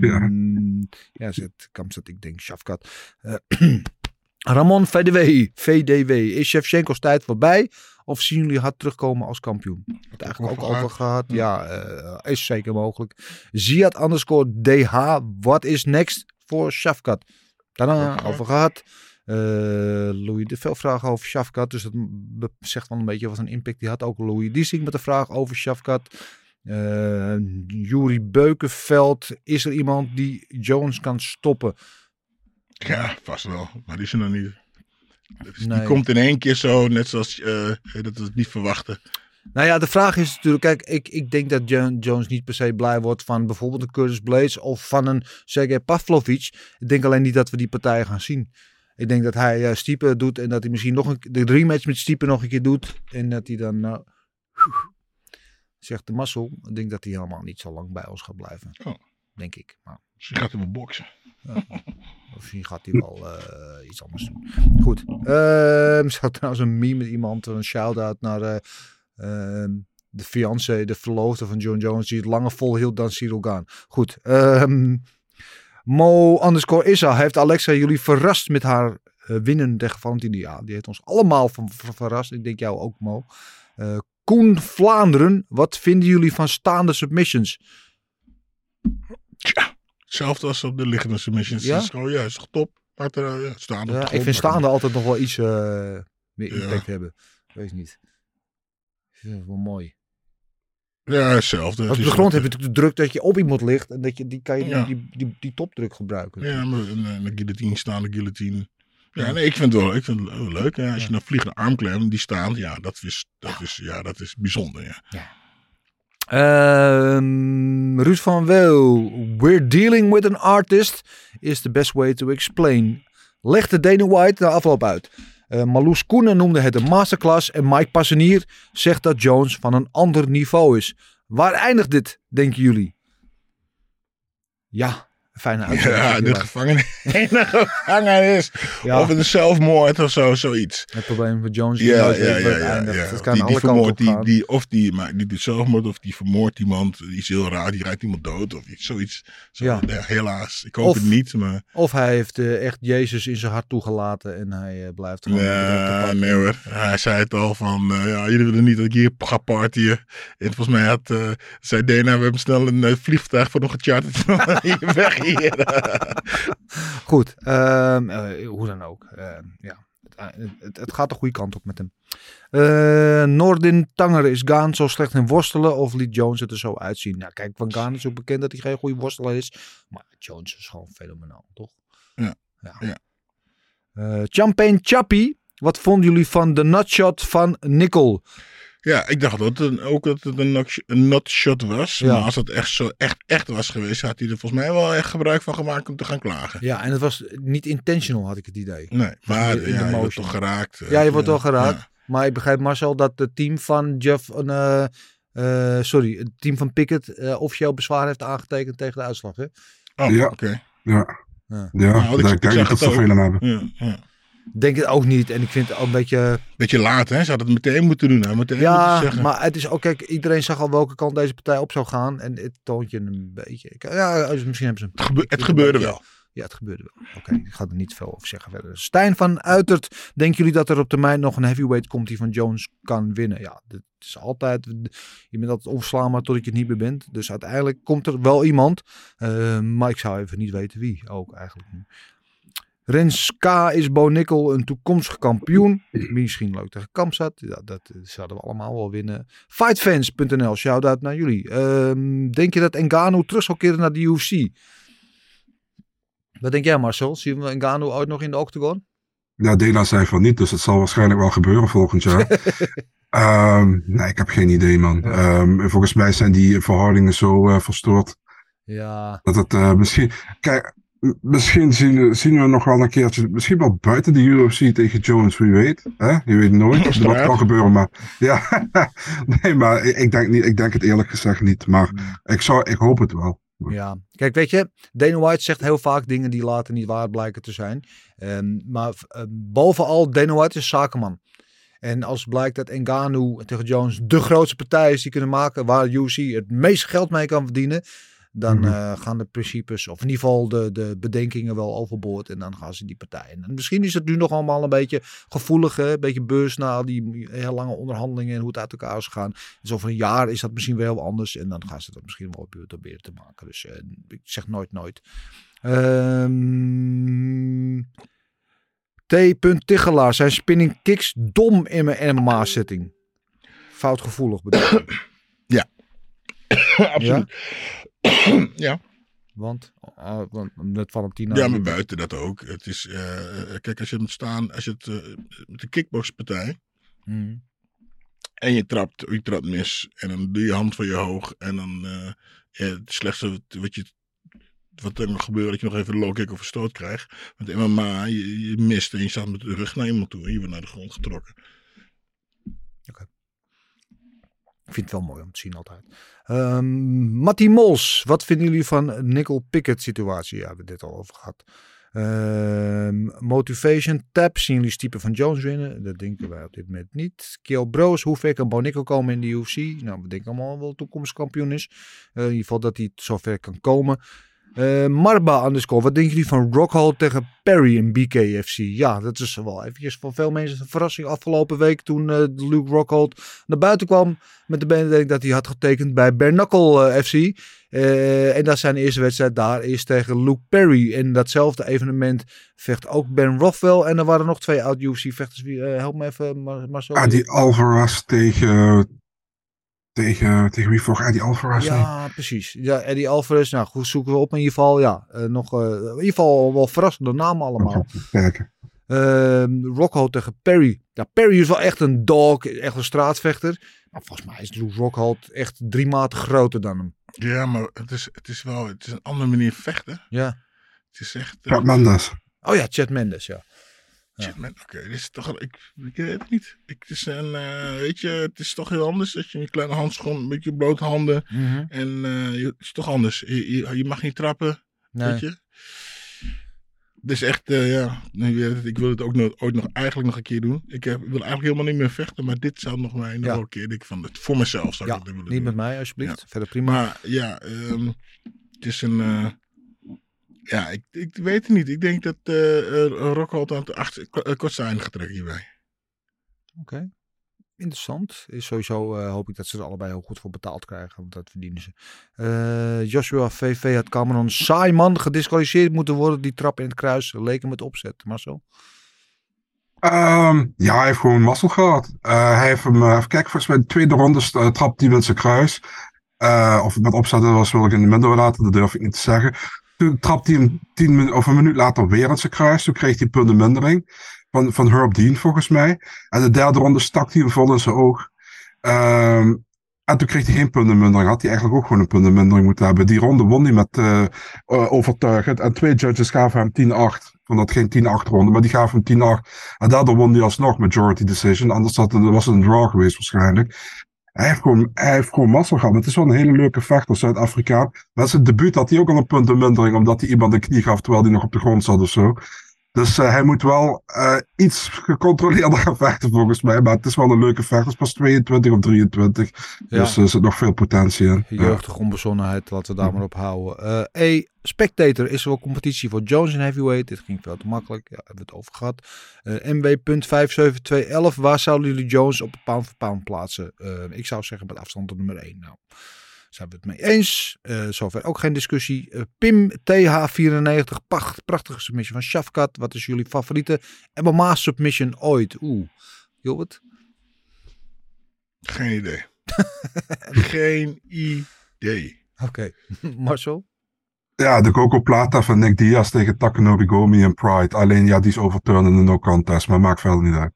Zegt Khamzat, ik denk Shafkat. Ramon VDW. Is Shevchenko's tijd voorbij? Of zien jullie hard terugkomen als kampioen? Het eigenlijk ook over gehad. Ja, is zeker mogelijk. Ziad _DH. What is next voor Shafkat? Daarna over gehad. Louis de veel vragen over Shafkat. Dus dat zegt wel een beetje wat een impact die had. Ook Louis Diesing met de vraag over Shafkat. Juri Beukenveld. Is er iemand die Jones kan stoppen? Ja, vast wel. Maar die is er nog niet. Die komt in één keer zo. Net zoals dat we het niet verwachten. Nou ja, de vraag is natuurlijk, kijk, ik denk dat Jones niet per se blij wordt van bijvoorbeeld een Curtis Blades of van een Sergej Pavlovich. Ik denk alleen niet dat we die partijen gaan zien. Ik denk dat hij Stipe doet en dat hij misschien nog de rematch met Stipe nog een keer doet. En dat hij dan, zegt de mazzel, ik denk dat hij helemaal niet zo lang bij ons gaat blijven. Oh. Denk ik. Maar misschien gaat hij wel boksen. Ja. Of misschien gaat hij wel iets anders doen. Goed. Er zat trouwens een meme met iemand, een shout-out naar... de fiancé, de verloofde van John Jones, die het langer volhield dan Cyril Gane. Goed. Mo _Issa heeft Alexa jullie verrast met haar winnen tegen Valentini. Ja, die heeft ons allemaal verrast. Ik denk jou ook, Mo. Koen Vlaanderen, wat vinden jullie van staande submissions? Tja, hetzelfde als op de liggende submissions. Ja? Is gewoon juist top. Staande ja, ik vind staande altijd nog wel iets meer impact hebben. Weet niet. Dat is wel mooi. Ja, hetzelfde. Op de grond heb je natuurlijk de druk dat je op iemand ligt. En dat je, die kan je die topdruk gebruiken. Ja, maar een guillotine, staande guillotine. Ja, nee, ik vind het wel leuk. Ja, als je nou vliegende armklem, die staan. Ja, dat is bijzonder. Ja. Ruud van Wel. We're dealing with an artist is the best way to explain. Legde Dana White de afloop uit. Marloes Koenen noemde het een masterclass en Mike Passanier zegt dat Jones van een ander niveau is. Waar eindigt dit, denken jullie? Ja, fijne uitzending. Ja, de gevangenis. Ja. Of een zelfmoord of zoiets. Het probleem met Jones ja. Dat kan alle kanten op gaan. Die zelfmoord of die vermoordt iemand. Die is heel raar, die rijdt iemand dood of iets, zoiets. Helaas, ik hoop het niet. Maar... Of hij heeft echt Jezus in zijn hart toegelaten en hij blijft gewoon... Nee hoor, hij zei het al van, jullie willen niet dat ik hier ga partyen. En volgens mij zei Dana, we hebben snel een vliegtuig voor nog gecharterd. Hier weg hier. Goed, hoe dan ook. Het gaat de goede kant op met hem. Nordin Tanger, is Gane zo slecht in worstelen of liet Jones het er zo uitzien? Nou kijk, Van Gane is ook bekend dat hij geen goede worstelaar is. Maar Jones is gewoon fenomenaal, toch? Ja. Champagne Chappie. Wat vonden jullie van de nutshot van Nickel? Ja, ik dacht dat het een nutshot was. Ja. Maar als het echt zo echt was geweest, had hij er volgens mij wel echt gebruik van gemaakt om te gaan klagen. Ja, en het was niet intentional, had ik het idee. Nee, maar in de je wordt motion. toch geraakt. Ja, je wordt wel geraakt. Ja. Maar ik begrijp, Marcel, dat het team van het team van Pickett officieel bezwaar heeft aangetekend tegen de uitslag. Hè? Oh, Ja. oké. Ja, Ja. Nou, ik denk niet dat ze veel aan hebben. Ja. Denk het ook niet. En ik vind het ook een beetje... Beetje laat, hè? Ze hadden het meteen moeten doen. Hè? Meteen moeten Ja, zeggen. maar het is ook... Kijk, iedereen zag al welke kant deze partij op zou gaan. En het toont je een beetje... Misschien hebben ze... Het gebeurde wel. Ja, het gebeurde wel. Oké, ik ga er niet veel over zeggen verder. Stijn van Uitert. Denken jullie dat er op termijn nog een heavyweight komt die van Jones kan winnen? Ja, het is altijd... Je bent altijd onverslaanbaar totdat je het niet meer bent. Dus uiteindelijk komt er wel iemand. Maar ik zou even niet weten wie ook eigenlijk. Rens K. is Bo Nickel een toekomstig kampioen. Misschien leuk tegen Kamzat. Ja, dat zouden we allemaal wel winnen. Fightfans.nl, shout-out naar jullie. Denk je dat Ngannou terug zal keren naar de UFC? Wat denk jij, Marcel? Zien we Ngannou ooit nog in de octagon? Ja, Dana zei van niet, dus het zal waarschijnlijk wel gebeuren volgend jaar. Nee, ik heb geen idee, man. Volgens mij zijn die verhoudingen zo verstoord. Ja. Dat het misschien... Kijk, misschien zien we nog wel een keertje... Misschien wel buiten de UFC tegen Jones, wie weet. Hè? Je weet nooit of wat kan gebeuren, maar... Ja, nee, maar ik denk het eerlijk gezegd niet. Maar ik hoop het wel. Ja, kijk, weet je, Dana White zegt heel vaak dingen die later niet waar blijken te zijn. Maar bovenal, Dana White is zakenman. En als blijkt dat Ngannou tegen Jones de grootste partij is die kunnen maken, waar UFC het meeste geld mee kan verdienen, dan gaan de principes, of in ieder geval de bedenkingen wel overboord en dan gaan ze die partij. En misschien is het nu nog allemaal een beetje gevoelig, hè? Een beetje beurs na die heel lange onderhandelingen en hoe het uit elkaar is gegaan. Dus over een jaar is dat misschien wel heel anders en dan gaan ze dat misschien wel proberen te maken. Dus ik zeg nooit. T. Tichelaar, zijn spinning kicks dom in mijn MMA-setting. Foutgevoelig bedoel ik. Ja, absoluut. Ja. Want met Valentina... Ja, maar buiten dat ook. Het is, kijk, als je met de kickboxpartij en je trapt mis en dan doe je hand van je hoog en dan het slechtste wat er nog gebeurt, dat je nog even een low kick of een stoot krijgt. Want MMA, je mist en je staat met de rug naar iemand toe en je wordt naar de grond getrokken. Oké. Ik vind het wel mooi om te zien altijd. Mattie Mols, wat vinden jullie van Nickel Pickett situatie? Ja, we hebben het al over gehad. Motivation Tab, zien jullie Stipe van Jones winnen? Dat denken wij op dit moment niet. Kiel Broos, hoe ver kan Bo Nickel komen in de UFC? Nou, we denken allemaal wel toekomstkampioen is. In ieder geval dat hij zover kan komen. Marba _, wat denken jullie van Rockhold tegen Perry in BKFC? Ja, dat is wel eventjes voor veel mensen een verrassing afgelopen week toen Luke Rockhold naar buiten kwam met de mededeling dat hij had getekend bij Bare Knuckle FC. En dat zijn eerste wedstrijd daar is tegen Luke Perry. En datzelfde evenement vecht ook Ben Rothwell. En er waren nog 2 oud-UFC-vechters. Help me even, Marcel. Ah, die Alvarez tegen wie vocht Eddie Alvarez? Ja, precies. Ja, Eddie Alvarez. Nou, goed, zoeken we op in ieder geval. Ja, in ieder geval wel verrassende namen allemaal. Kijken. Rockhold tegen Perry. Ja, Perry is wel echt een dog, echt een straatvechter. Maar volgens mij is Luke Rockhold echt 3 maten groter dan hem. Ja, maar het is een andere manier vechten. Ja. Het is echt... Chad Mendes. Oh ja, Chad Mendes, ja. Oké, dit is toch... Ik weet het niet. Het is toch heel anders als je een kleine handschoen, een beetje blote handen. En het is toch anders. Je mag niet trappen, weet je. Dus echt, ik wil het ook ooit nog eigenlijk nog een keer doen. Ik wil eigenlijk helemaal niet meer vechten, maar dit zou nog mij nog wel een keer, voor mezelf zou ik het willen doen. Niet met mij alsjeblieft, verder prima. Maar ja, het is een... Ja, ik weet het niet. Ik denk dat Rockhold aan het kortste einde getrokken hierbij. Oké. Interessant. Sowieso hoop ik dat ze er allebei heel goed voor betaald krijgen. Want dat verdienen ze. Joshua VV had Cameron Simon gedisqualificeerd moeten worden. Die trap in het kruis leek hem het opzet. Marcel? Ja, hij heeft gewoon mazzel gehad. Hij heeft hem, even kijken, volgens mij de tweede ronde trapt hij met zijn kruis. Of met opzetten was wil ik in de middel laten. Dat durf ik niet te zeggen. Toen trapte hij hem 10 minuten of een minuut later weer in zijn kruis. Toen kreeg hij een puntenmindering van Herb Dean volgens mij. En de derde ronde stak hij hem vol in zijn oog. En toen kreeg hij geen puntenmindering. Had hij eigenlijk ook gewoon een puntenmindering moeten hebben. Die ronde won hij met overtuigend. En 2 judges gaven hem 10-8. Vond dat geen 10-8 ronde, maar die gaven hem 10-8. En daardoor won hij alsnog majority decision. Anders was het een draw geweest waarschijnlijk. Hij heeft gewoon mazzel gehad. Het is wel een hele leuke vechter, Zuid-Afrikaan. Met zijn debuut had hij ook al een puntenmindering, omdat hij iemand een knie gaf terwijl hij nog op de grond zat of zo. Dus hij moet wel iets gecontroleerder gaan vechten volgens mij. Maar het is wel een leuke vechter. Het is pas 22 of 23. Ja. Dus er zit nog veel potentie in. Jeugdige onbezonnenheid, laten we daar maar op houden. Spectator, is er wel competitie voor Jones in heavyweight? Dit ging veel te makkelijk. Ja, hebben we het over gehad. MW.57211. Waar zouden jullie Jones op pound for pound plaatsen? Ik zou zeggen met afstand tot nummer 1. Nou, zijn we het mee eens. Zover ook geen discussie. Pim TH94. Prachtige submission van Shafkat. Wat is jullie favoriete MMA submission ooit? Gilbert? Geen idee. Geen idee. Oké. Marcel? Ja, de Coco Plata van Nick Diaz tegen Takanori Gomi en Pride. Alleen ja, die is overturned in de no contest. Maar maakt verder niet uit.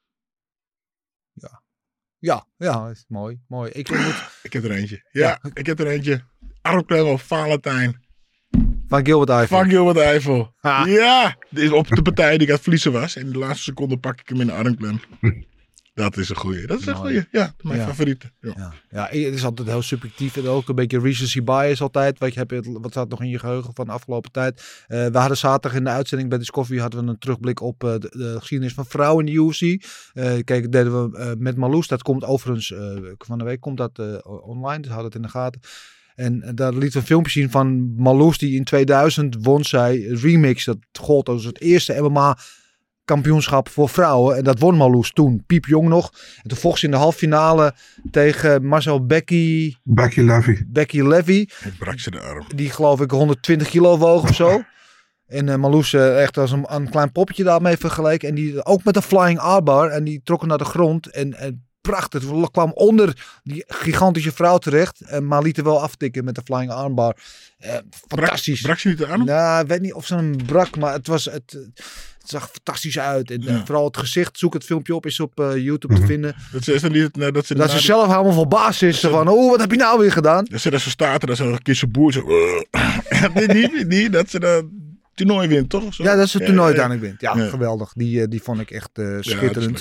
Ja, is mooi. Ik heb er eentje. Ja, ik heb er eentje. Armklem Valentijn. Van Gilbert Eiffel. Ja, dit is op de partij die ik aan het verliezen was. En in de laatste seconde pak ik hem in de armklem. Dat is een goeie. Ja, mijn favoriete. Ja, het is altijd heel subjectief. En ook een beetje recency bias altijd. Wat staat nog in je geheugen van de afgelopen tijd? We hadden zaterdag in de uitzending bij Discovery hadden we een terugblik op de geschiedenis van vrouwen in de UFC. Kijk, deden we met Marloes. Dat komt overigens van de week komt dat online. Dus houd het in de gaten. En daar liet we een filmpje zien van Marloes die in 2000 won zij Remix. Dat gold als het eerste MMA kampioenschap voor vrouwen. En dat won Marloes toen, piepjong nog. En toen vocht ze in de halffinale tegen Marcel Becky Levy. Ik brak ze de arm. Die geloof ik 120 kilo woog of zo. En Marloes echt als een klein poppetje daarmee vergeleken. En die ook met een flying armbar. En die trok hem naar de grond. En prachtig. Het kwam onder die gigantische vrouw terecht. Maar liet er wel aftikken met de flying armbar. Fantastisch. Brak ze niet de arm? Nou, ik weet niet of ze hem brak. Maar het zag fantastisch uit. En vooral het gezicht. Zoek het filmpje op. Is op YouTube te vinden. Dat ze zelf helemaal verbaasd is. Van, wat heb je nou weer gedaan? Dat ze daar zo staat. En dat ze nog een keer zijn boer zo. niet dat ze dat toernooi wint, toch? Zo? Ja, dat ze het toernooi uiteindelijk wint. Ja, geweldig. Die vond ik echt schitterend.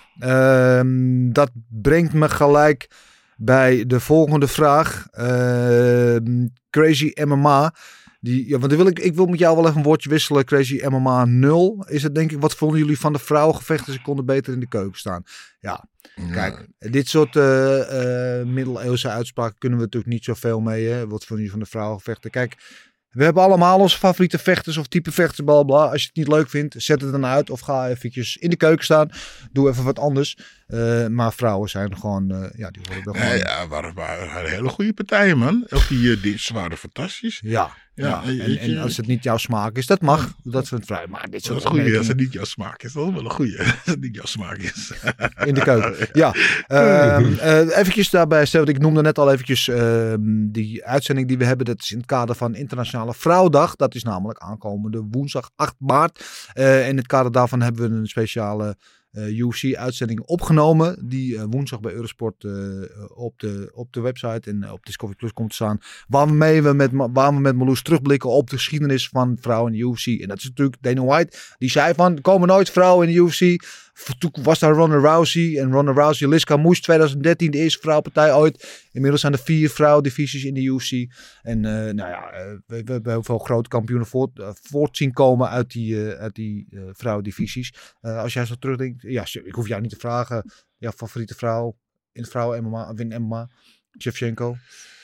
Dat brengt me gelijk bij de volgende vraag. Crazy MMA. Want ik wil met jou wel even een woordje wisselen. Crazy MMA 0 is het denk ik. Wat vonden jullie van de vrouwengevechten? Ze konden beter in de keuken staan. Ja, kijk. Dit soort middeleeuwse uitspraken kunnen we natuurlijk niet zoveel mee. Hè? Wat vonden jullie van de vrouwengevechten? Kijk, we hebben allemaal onze favoriete vechters of type vechters, bla bla. Als je het niet leuk vindt, zet het dan uit. Of ga eventjes in de keuken staan. Doe even wat anders. Maar vrouwen zijn gewoon, die worden wel gewoon... Ja, waren hele goede partijen, man. Ook die waren fantastisch. Ja. En als het niet jouw smaak is, dat mag. Dat is het vrij. Maar dit soort goede. Als het niet jouw smaak is, dat is wel een goede. Als het niet jouw smaak is. In de keuken. Ja. Eventjes daarbij stellen. Ik noemde net al eventjes die uitzending die we hebben. Dat is in het kader van Internationale Vrouwendag. Dat is namelijk aankomende woensdag 8 maart. In het kader daarvan hebben we een speciale UFC-uitzending opgenomen. Die woensdag bij Eurosport op de website en op Discovery Plus komt te staan. Waar we met Marloes terugblikken op de geschiedenis van vrouwen in de UFC. En dat is natuurlijk Dana White. Die zei van, er komen nooit vrouwen in de UFC. Toen was daar Ronda Rousey. En Ronda Rousey, Liz Carmouche 2013, de eerste vrouwenpartij ooit. Inmiddels zijn er 4 vrouwendivisies in de UFC. En we hebben heel veel grote kampioenen voort zien komen uit die vrouwendivisies. Als jij zo terugdenkt, ja, ik hoef jou niet te vragen. Jouw favoriete vrouw in het vrouwen MMA, of in MMA? Shevchenko?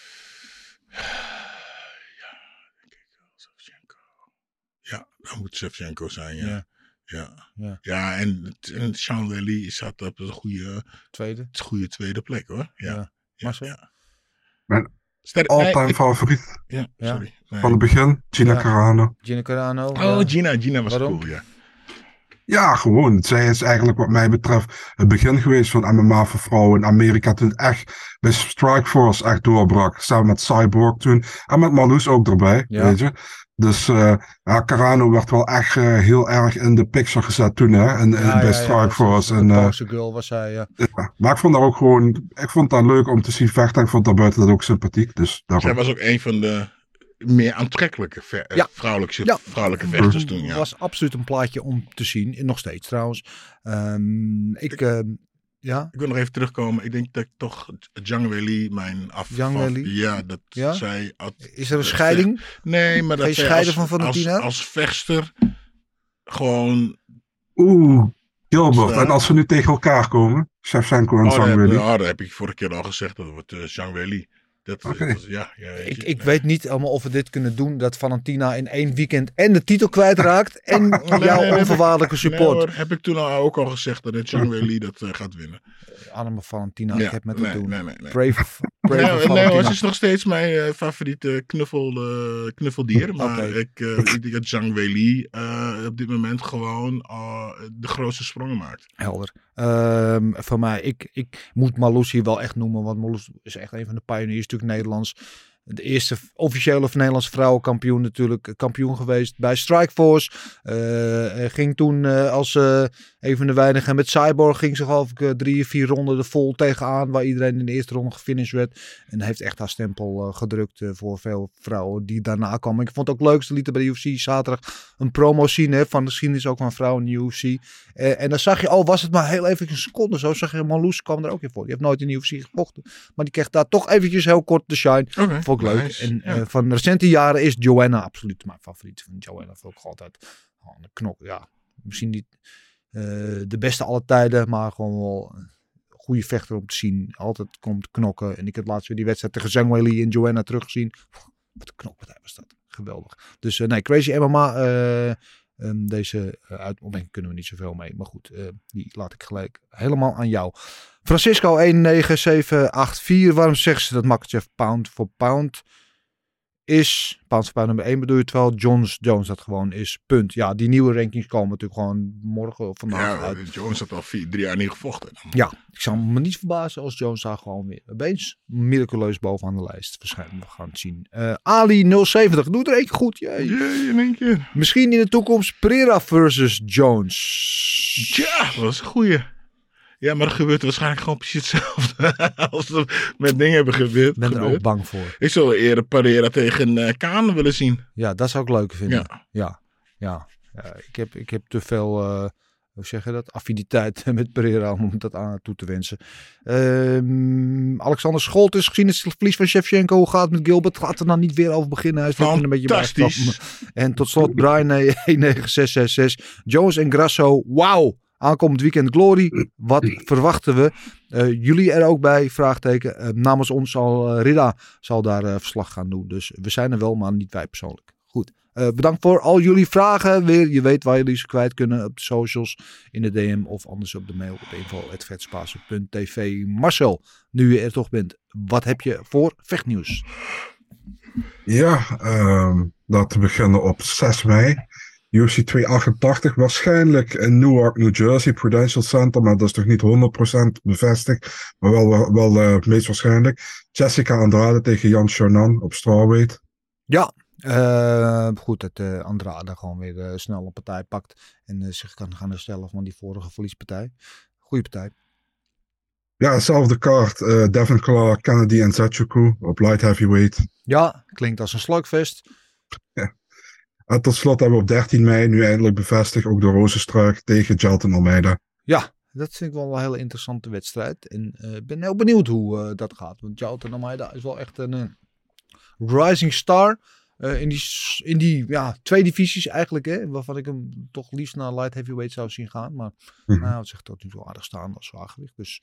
Ja, denk ik wel. Shevchenko. Ja, dat moet Shevchenko zijn, ja. Ja, en Sean Lely zat op een goede tweede plek, hoor. Ja. Mijn all-time favoriet sorry. Nee. van het begin, Gina Carano. Gina Carano. Oh, Gina was cool, ja. Ja, gewoon. Zij is eigenlijk wat mij betreft het begin geweest van MMA voor vrouwen in Amerika. Toen het echt bij Strikeforce echt doorbrak. Samen met Cyborg toen. En met Marloes ook erbij, weet je. Dus Carano werd wel echt heel erg in de picture gezet toen, hè? Bij Strikeforce. Een poster girl was hij, ja. Maar ik vond daar ook gewoon... Ik vond dat leuk om te zien vechten. Ik vond daarbuiten dat ook sympathiek. Dus zij was ook een van de meer aantrekkelijke vrouwelijke vechters toen. Ja. Was absoluut een plaatje om te zien. En nog steeds trouwens. Ik wil nog even terugkomen. Ik denk dat ik toch Zhang Weili mijn Ja, dat zij... Is er een scheiding? Nee, maar dat zij als vechtster gewoon... Gilbert. En als ze nu tegen elkaar komen, Shevchenko en Zhang Weili. Dat heb ik vorige keer al gezegd. Dat wordt Zhang Weili. Ik weet niet allemaal of we dit kunnen doen. Dat Valentina in 1 weekend en de titel kwijtraakt. En jouw onvoorwaardelijke support. Nee, hoor, heb ik toen ook al gezegd dat het Zhang Weili dat gaat winnen. Arme Valentina, ik heb met het doen. Nee. Brave Valentina. Ze is nog steeds mijn favoriete knuffeldier. Maar ik denk dat Zhang Weili op dit moment gewoon de grootste sprongen maakt. Helder. Voor mij, ik moet Marloes hier wel echt noemen. Want Marloes is echt een van de pioniers, natuurlijk Nederlands. De eerste officiële Nederlandse vrouwenkampioen natuurlijk. Kampioen geweest bij Strikeforce. Ging toen als een van de weinigen met Cyborg. Ging ze geloof ik 3 of 4 ronden er vol tegenaan. Waar iedereen in de eerste ronde gefinished werd. En heeft echt haar stempel gedrukt voor veel vrouwen die daarna kwamen. Ik vond het ook leuk. Ze lieten bij de UFC zaterdag een promo zien. Hè, van de geschiedenis ook van vrouwen in de UFC. En dan zag je, was het maar heel even een seconde zo. Zag je, Marloes kwam er ook in voor. Die heeft nooit in de UFC gevochten. Maar die kreeg daar toch eventjes heel kort de shine. Okay. Vond ik leuk. Nice. En van recente jaren is Joanna absoluut mijn favoriet. Van Joanna vond ik altijd een knok. Ja, misschien niet de beste alle tijden, maar gewoon wel een goede vechter om te zien. Altijd komt knokken. En ik heb laatst weer die wedstrijd tegen Zhang Weili en Joanna teruggezien. Wat een knokpartij was dat. Geweldig. Dus Crazy MMA. Deze uitopmerking kunnen we niet zoveel mee. Maar goed, die laat ik gelijk helemaal aan jou. Francisco 19784. Waarom zeggen ze dat Makhachev pound for pound is? Pound for pound nummer 1 bedoel je, terwijl Jones dat gewoon is. Punt. Ja, die nieuwe rankings komen natuurlijk gewoon morgen of vandaag uit. Jones had al 3 jaar niet gevochten. Ja, ik zou me niet verbazen als Jones daar gewoon weer opeens miraculeus bovenaan de lijst verschijnt. We gaan het zien. Ali 070 doet er één keer goed. In één keer. Misschien in de toekomst Pereira versus Jones. Ja, dat was een goeie. Ja, maar er gebeurt waarschijnlijk gewoon precies hetzelfde als er met dingen hebben gebeurd. Ik ben er ook bang voor. Ik zou eerder Pereira tegen Kaan willen zien. Ja, dat zou ik leuk vinden. Ja. Ik heb te veel, hoe zeg je dat, affiniteit met Pereira om dat aan toe te wensen. Alexander Scholt is gezien het verlies van Shevchenko. Hoe gaat het met Gilbert? Gaat er dan niet weer over beginnen? Hij is een beetje fantastisch. En tot slot Brian 19666. Jones en Grasso. Wauw! Aankomend weekend Glory. Wat verwachten we? Jullie er ook bij? Vraagteken. Namens ons zal Rida daar verslag gaan doen. Dus we zijn er wel, maar niet wij persoonlijk. Goed. Bedankt voor al jullie vragen. Weer, je weet waar jullie ze kwijt kunnen op de socials, in de DM of anders op de mail op info@vetspasen.tv. Marcel, nu je er toch bent, wat heb je voor vechtnieuws? Ja, laten we beginnen op 6 mei. UFC 288, waarschijnlijk in Newark, New Jersey, Prudential Center, maar dat is toch niet 100% bevestigd, maar wel het meest waarschijnlijk. Jessica Andrade tegen Jan Xiaonan op strawweight. Ja, goed dat Andrade gewoon weer snel een partij pakt en zich kan gaan herstellen van die vorige verliespartij. Goeie partij. Ja, hetzelfde kaart. Devin Clark, Kennedy en Zetsuku op light heavyweight. Ja, klinkt als een slugfest. Ja. En tot slot hebben we op 13 mei nu eindelijk bevestigd ook de Rozenstruik tegen Jailton Almeida. Ja, dat vind ik wel een hele interessante wedstrijd. En ik ben heel benieuwd hoe dat gaat. Want Jailton Almeida is wel echt een rising star in die 2 divisies eigenlijk. Hè, waarvan ik hem toch liefst naar light heavyweight zou zien gaan. Maar het zegt tot nu toe aardig staan als zwaargewicht. Dus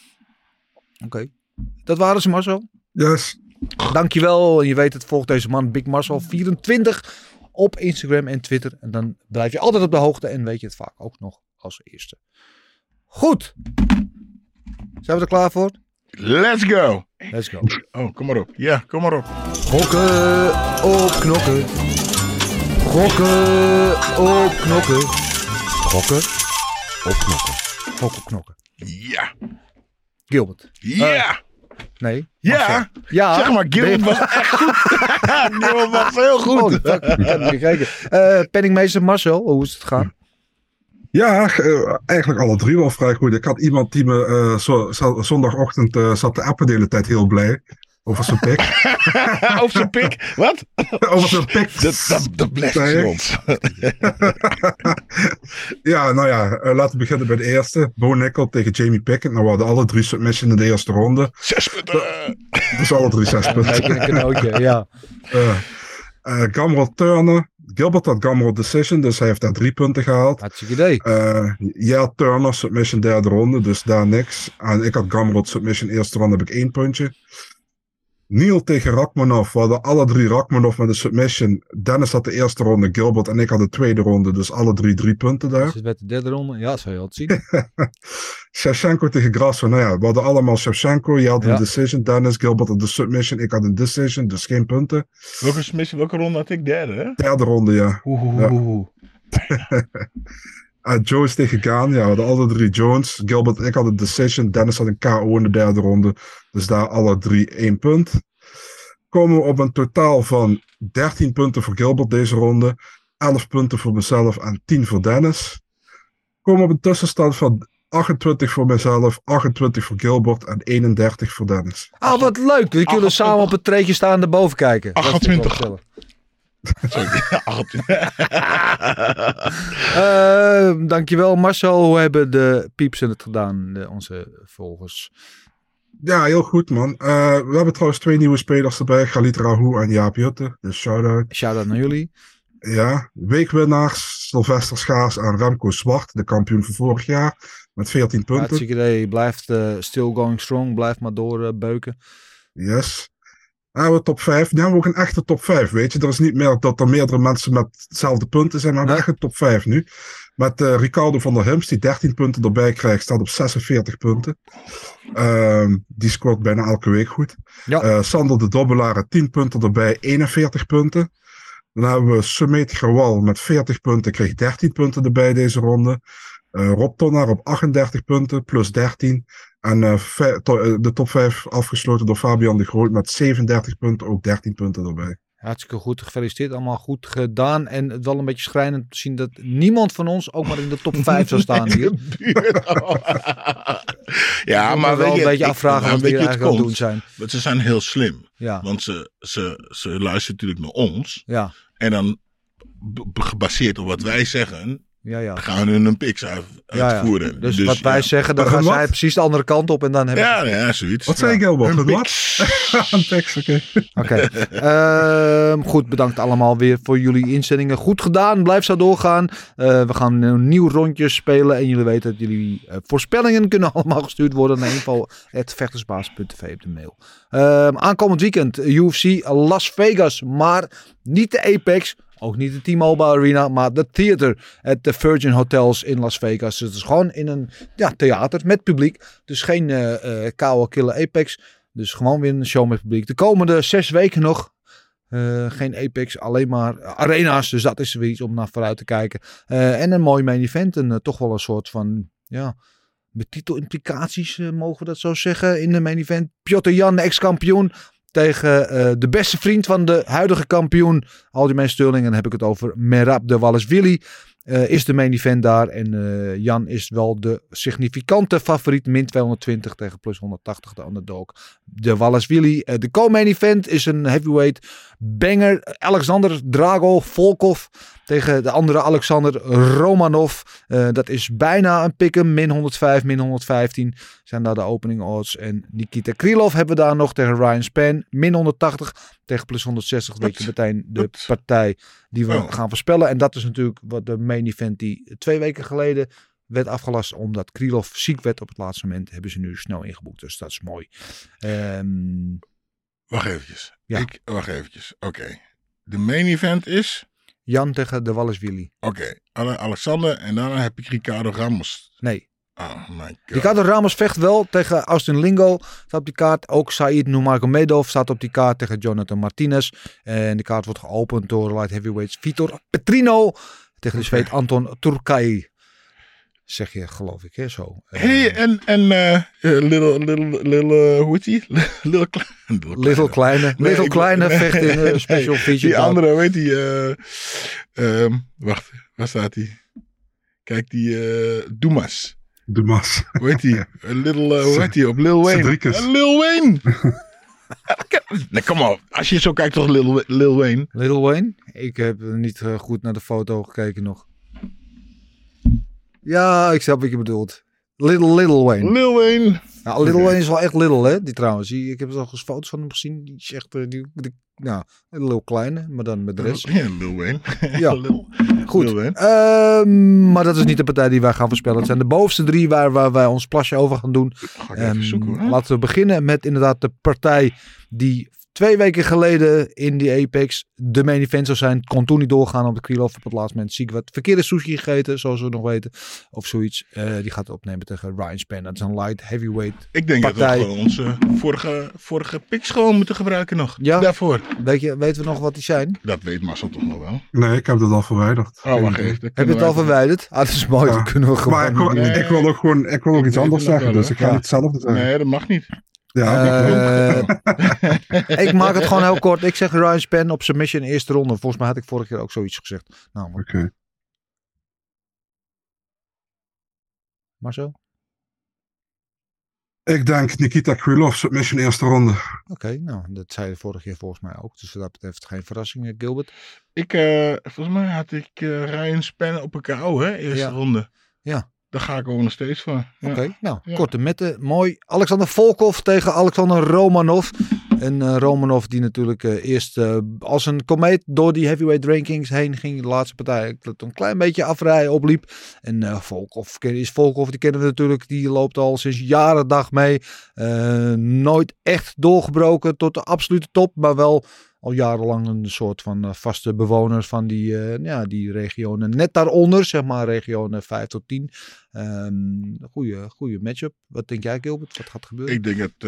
oké. Dat waren ze, Marcel. Yes. Dankjewel. En je weet het, volgt deze man Big Marcel 24 op Instagram en Twitter. En dan blijf je altijd op de hoogte en weet je het vaak ook nog als eerste. Goed. Zijn we er klaar voor? Let's go. Let's go. Oh, kom maar op. Ja, kom maar op. Gokken op knokken. Gokken op knokken. Gokken op knokken. Gokken op knokken. Ja. Gilbert. Ja. Nee. Ja, Ja. zeg maar, Gilbert was echt goed. Gilbert was heel goed. Oh, fuck, ik had niet gekeken. Penningmeester Marcel, hoe is het gaan? Ja, eigenlijk alle drie wel vrij goed. Ik had iemand die me zondagochtend zat te appen de hele tijd heel blij. Over zijn pik. Over zijn pik? Wat? Over zijn pik. Dat blijft ons. Ja, nou ja, laten we beginnen bij de eerste. Bo Nickel tegen Jamie Pickett. Nou, we hadden alle 3 submission in de eerste ronde. 6 punten. Dus alle 3 6 punten. Een cadeautje, ja. Gamrot Turner. Gilbert had Gamrot decision, dus hij heeft daar 3 punten gehaald. Hartstikke idee. Ja, Turner submission derde ronde, dus daar niks. En ik had Gamrot submission eerste ronde, heb ik 1 puntje. Neil tegen Rachmanov. We hadden alle 3 Rachmanov met de submission. Dennis had de eerste ronde, Gilbert en ik had de tweede ronde. Dus alle 3 punten daar. Dus het werd de derde ronde. Ja, zou je al zien. Shevchenko tegen Grasso. Nou ja, we hadden allemaal Shevchenko. Je had een decision. Dennis, Gilbert had de submission. Ik had een decision, dus geen punten. Welke ronde had ik? Derde, hè? Derde ronde, ja. Jones tegen Gaan. Ja, we hadden alle 3 Jones. Gilbert en ik hadden een decision. Dennis had een KO in de derde ronde. Dus daar alle 3 1 punt. Komen we op een totaal van 13 punten voor Gilbert deze ronde. 11 punten voor mezelf en 10 voor Dennis. Komen we op een tussenstand van 28 voor mezelf, 28 voor Gilbert en 31 voor Dennis. Ah, wat leuk. We kunnen samen op het treedje staan en erboven kijken. 28. Dankjewel Marcel. Hoe hebben de piepsen het gedaan, onze volgers? Ja, heel goed man. We hebben trouwens 2 nieuwe spelers erbij. Galit Rahou en Jaap Jutte. Dus shout-out. Shout-out naar jullie. Ja, weekwinnaars Sylvester Schaars en Remco Zwart. De kampioen van vorig jaar. Met 14 punten. Hartstikke idee. Blijft still going strong. Blijf maar doorbeuken. Yes. En we top 5. Nu hebben we ook een echte top 5, weet je. Er is niet meer dat er meerdere mensen met hetzelfde punten zijn. Maar we hebben echt een top 5 nu. Met Ricardo van der Hims, die 13 punten erbij krijgt, staat op 46 punten. Die scoort bijna elke week goed. Ja. Sander de Dobbelaar, 10 punten erbij, 41 punten. Dan hebben we Sumit Gewal met 40 punten, kreeg 13 punten erbij deze ronde. Rob Tonnaar op 38 punten, plus 13. En de top 5 afgesloten door Fabian de Groot met 37 punten, ook 13 punten erbij. Hartstikke goed, gefeliciteerd. Allemaal goed gedaan. En het wel een beetje schrijnend te zien dat niemand van ons ook maar in de top 5 zou staan hier. Ja, maar wel weet je, een beetje afvragen wat we hier eigenlijk aan het doen zijn. Want ze zijn heel slim. Ja. Want ze luisteren natuurlijk naar ons. Ja. En dan gebaseerd op wat wij zeggen, Ja. gaan hun een pix uitvoeren. Ja. Dus wat wij zeggen, dan gaan zij precies de andere kant op en dan hebben ja, zoiets. Wat zei ik, Gilbert? Een Wat? pix. Een pix, oké. Goed, bedankt allemaal weer voor jullie inzendingen. Goed gedaan, blijf zo doorgaan. We gaan een nieuw rondje spelen. En jullie weten dat jullie voorspellingen kunnen allemaal gestuurd worden naar info@vechtersbaas.tv op de mail. Aankomend weekend UFC Las Vegas, maar niet de Apex. Ook niet de T-Mobile Arena, maar de theater at the Virgin Hotels in Las Vegas. Dus het is gewoon in een theater met publiek. Dus geen koude kille Apex. Dus gewoon weer een show met publiek. De komende 6 weken nog. Geen Apex, alleen maar arena's. Dus dat is weer iets om naar vooruit te kijken. En een mooi main event. En toch wel een soort van, met titelimplicaties mogen we dat zo zeggen. In de main event. Piotr Jan, de ex-kampioen. Tegen de beste vriend van de huidige kampioen, Aljamain Sterling. En dan heb ik het over Merab Dvalishvili. Is de main event daar. En Jan is wel de significante favoriet. Min 220 tegen plus 180 de underdog. Dvalishvili. De co-main event is een heavyweight banger. Alexander Drago Volkov tegen de andere Alexander Romanov. Dat is bijna een pick-em. Min 105, min 115 zijn daar de opening odds. En Nikita Krylov hebben we daar nog tegen Ryan Spann. Min 180 tegen plus 160. Weet je meteen de partij die we gaan voorspellen. En dat is natuurlijk wat de main event die 2 weken geleden werd afgelast. Omdat Krylov ziek werd op het laatste moment. Hebben ze nu snel ingeboekt. Dus dat is mooi. Wacht eventjes. Ja. Wacht eventjes. Oké. De main event is? Jan tegen Dvalishvili. Oké. Alexander en daarna heb ik Ricardo Ramos. Nee. Oh my god. Ricardo Ramos vecht wel tegen Austin Lingo. Staat op die kaart. Ook Said Nurmagomedov staat op die kaart tegen Jonathan Martinez. En de kaart wordt geopend door light heavyweights Vitor Petrino tegen de Zweed Anton Turkai. Zeg je, geloof ik, hè, zo. Little, hoe heet die? Little Kleine vecht in special feature. Die andere, weet die, wacht, waar staat die? Kijk, die Dumas. Hoe heet die? Hoe heet die op Lil Wayne? Lil Wayne! Nee, kom op. Als je zo kijkt, toch Lil Wayne? Lil Wayne? Ik heb niet goed naar de foto gekeken nog. Ja, ik snap wat je bedoelt. Little Wayne. Lil Wayne. Nou, Lil Wayne is wel echt little, hè? Die trouwens. Ik heb al eens foto's van hem gezien. Die is echt, een Lil Kleine, maar dan met de rest. Ja, Lil Wayne. Ja, goed. Lil Wayne. Maar dat is niet de partij die wij gaan voorspellen. Het zijn de bovenste 3 waar wij ons plasje over gaan doen. Ga ik even zoeken, hoor. Laten we beginnen met inderdaad de partij die 2 weken geleden in die Apex de main event zou zijn. Kon toen niet doorgaan op de Krylov. Op het laatste moment ziek wat verkeerde sushi gegeten, zoals we nog weten. Of zoiets. Die gaat opnemen tegen Ryan Spann. Dat is een light heavyweight Ik denk partij. dat we gewoon onze vorige picks gewoon moeten gebruiken nog. Ja. Daarvoor. Weten we nog wat die zijn? Dat weet Marcel toch nog wel? Nee, ik heb dat al verwijderd. Oh, wacht even. Heb je het al verwijderd? Dat is mooi. Dat kunnen we gewoon. Maar ik wil ook iets anders zeggen. Dus ik ga niet hetzelfde zeggen. Nee, dat mag niet. Ja, ik maak het gewoon heel kort. Ik zeg Ryan Spann op submission eerste ronde. Volgens mij had ik vorige keer ook zoiets gezegd. Oké. Maar zo? Ik denk Nikita Krylov submission eerste ronde. Oké, nou, dat zei je vorige keer volgens mij ook. Dus wat dat betreft geen verrassing, Gilbert. Volgens mij had ik Ryan Spann op een KO, hè? Eerste ronde. Ja. Daar ga ik ook nog steeds voor. Ja. Oké, korte metten. Mooi. Alexander Volkov tegen Alexander Romanov. En Romanov die natuurlijk eerst als een komeet door die heavyweight rankings heen ging. De laatste partij dat een klein beetje afrijden opliep. En Volkov, die kennen we natuurlijk. Die loopt al sinds jaren dag mee. Nooit echt doorgebroken tot de absolute top. Maar wel al jarenlang een soort van vaste bewoner van die regionen. Net daaronder, zeg maar regionen 5 tot 10. Goede matchup. Wat denk jij, Gilbert? Wat gaat gebeuren? Ik denk dat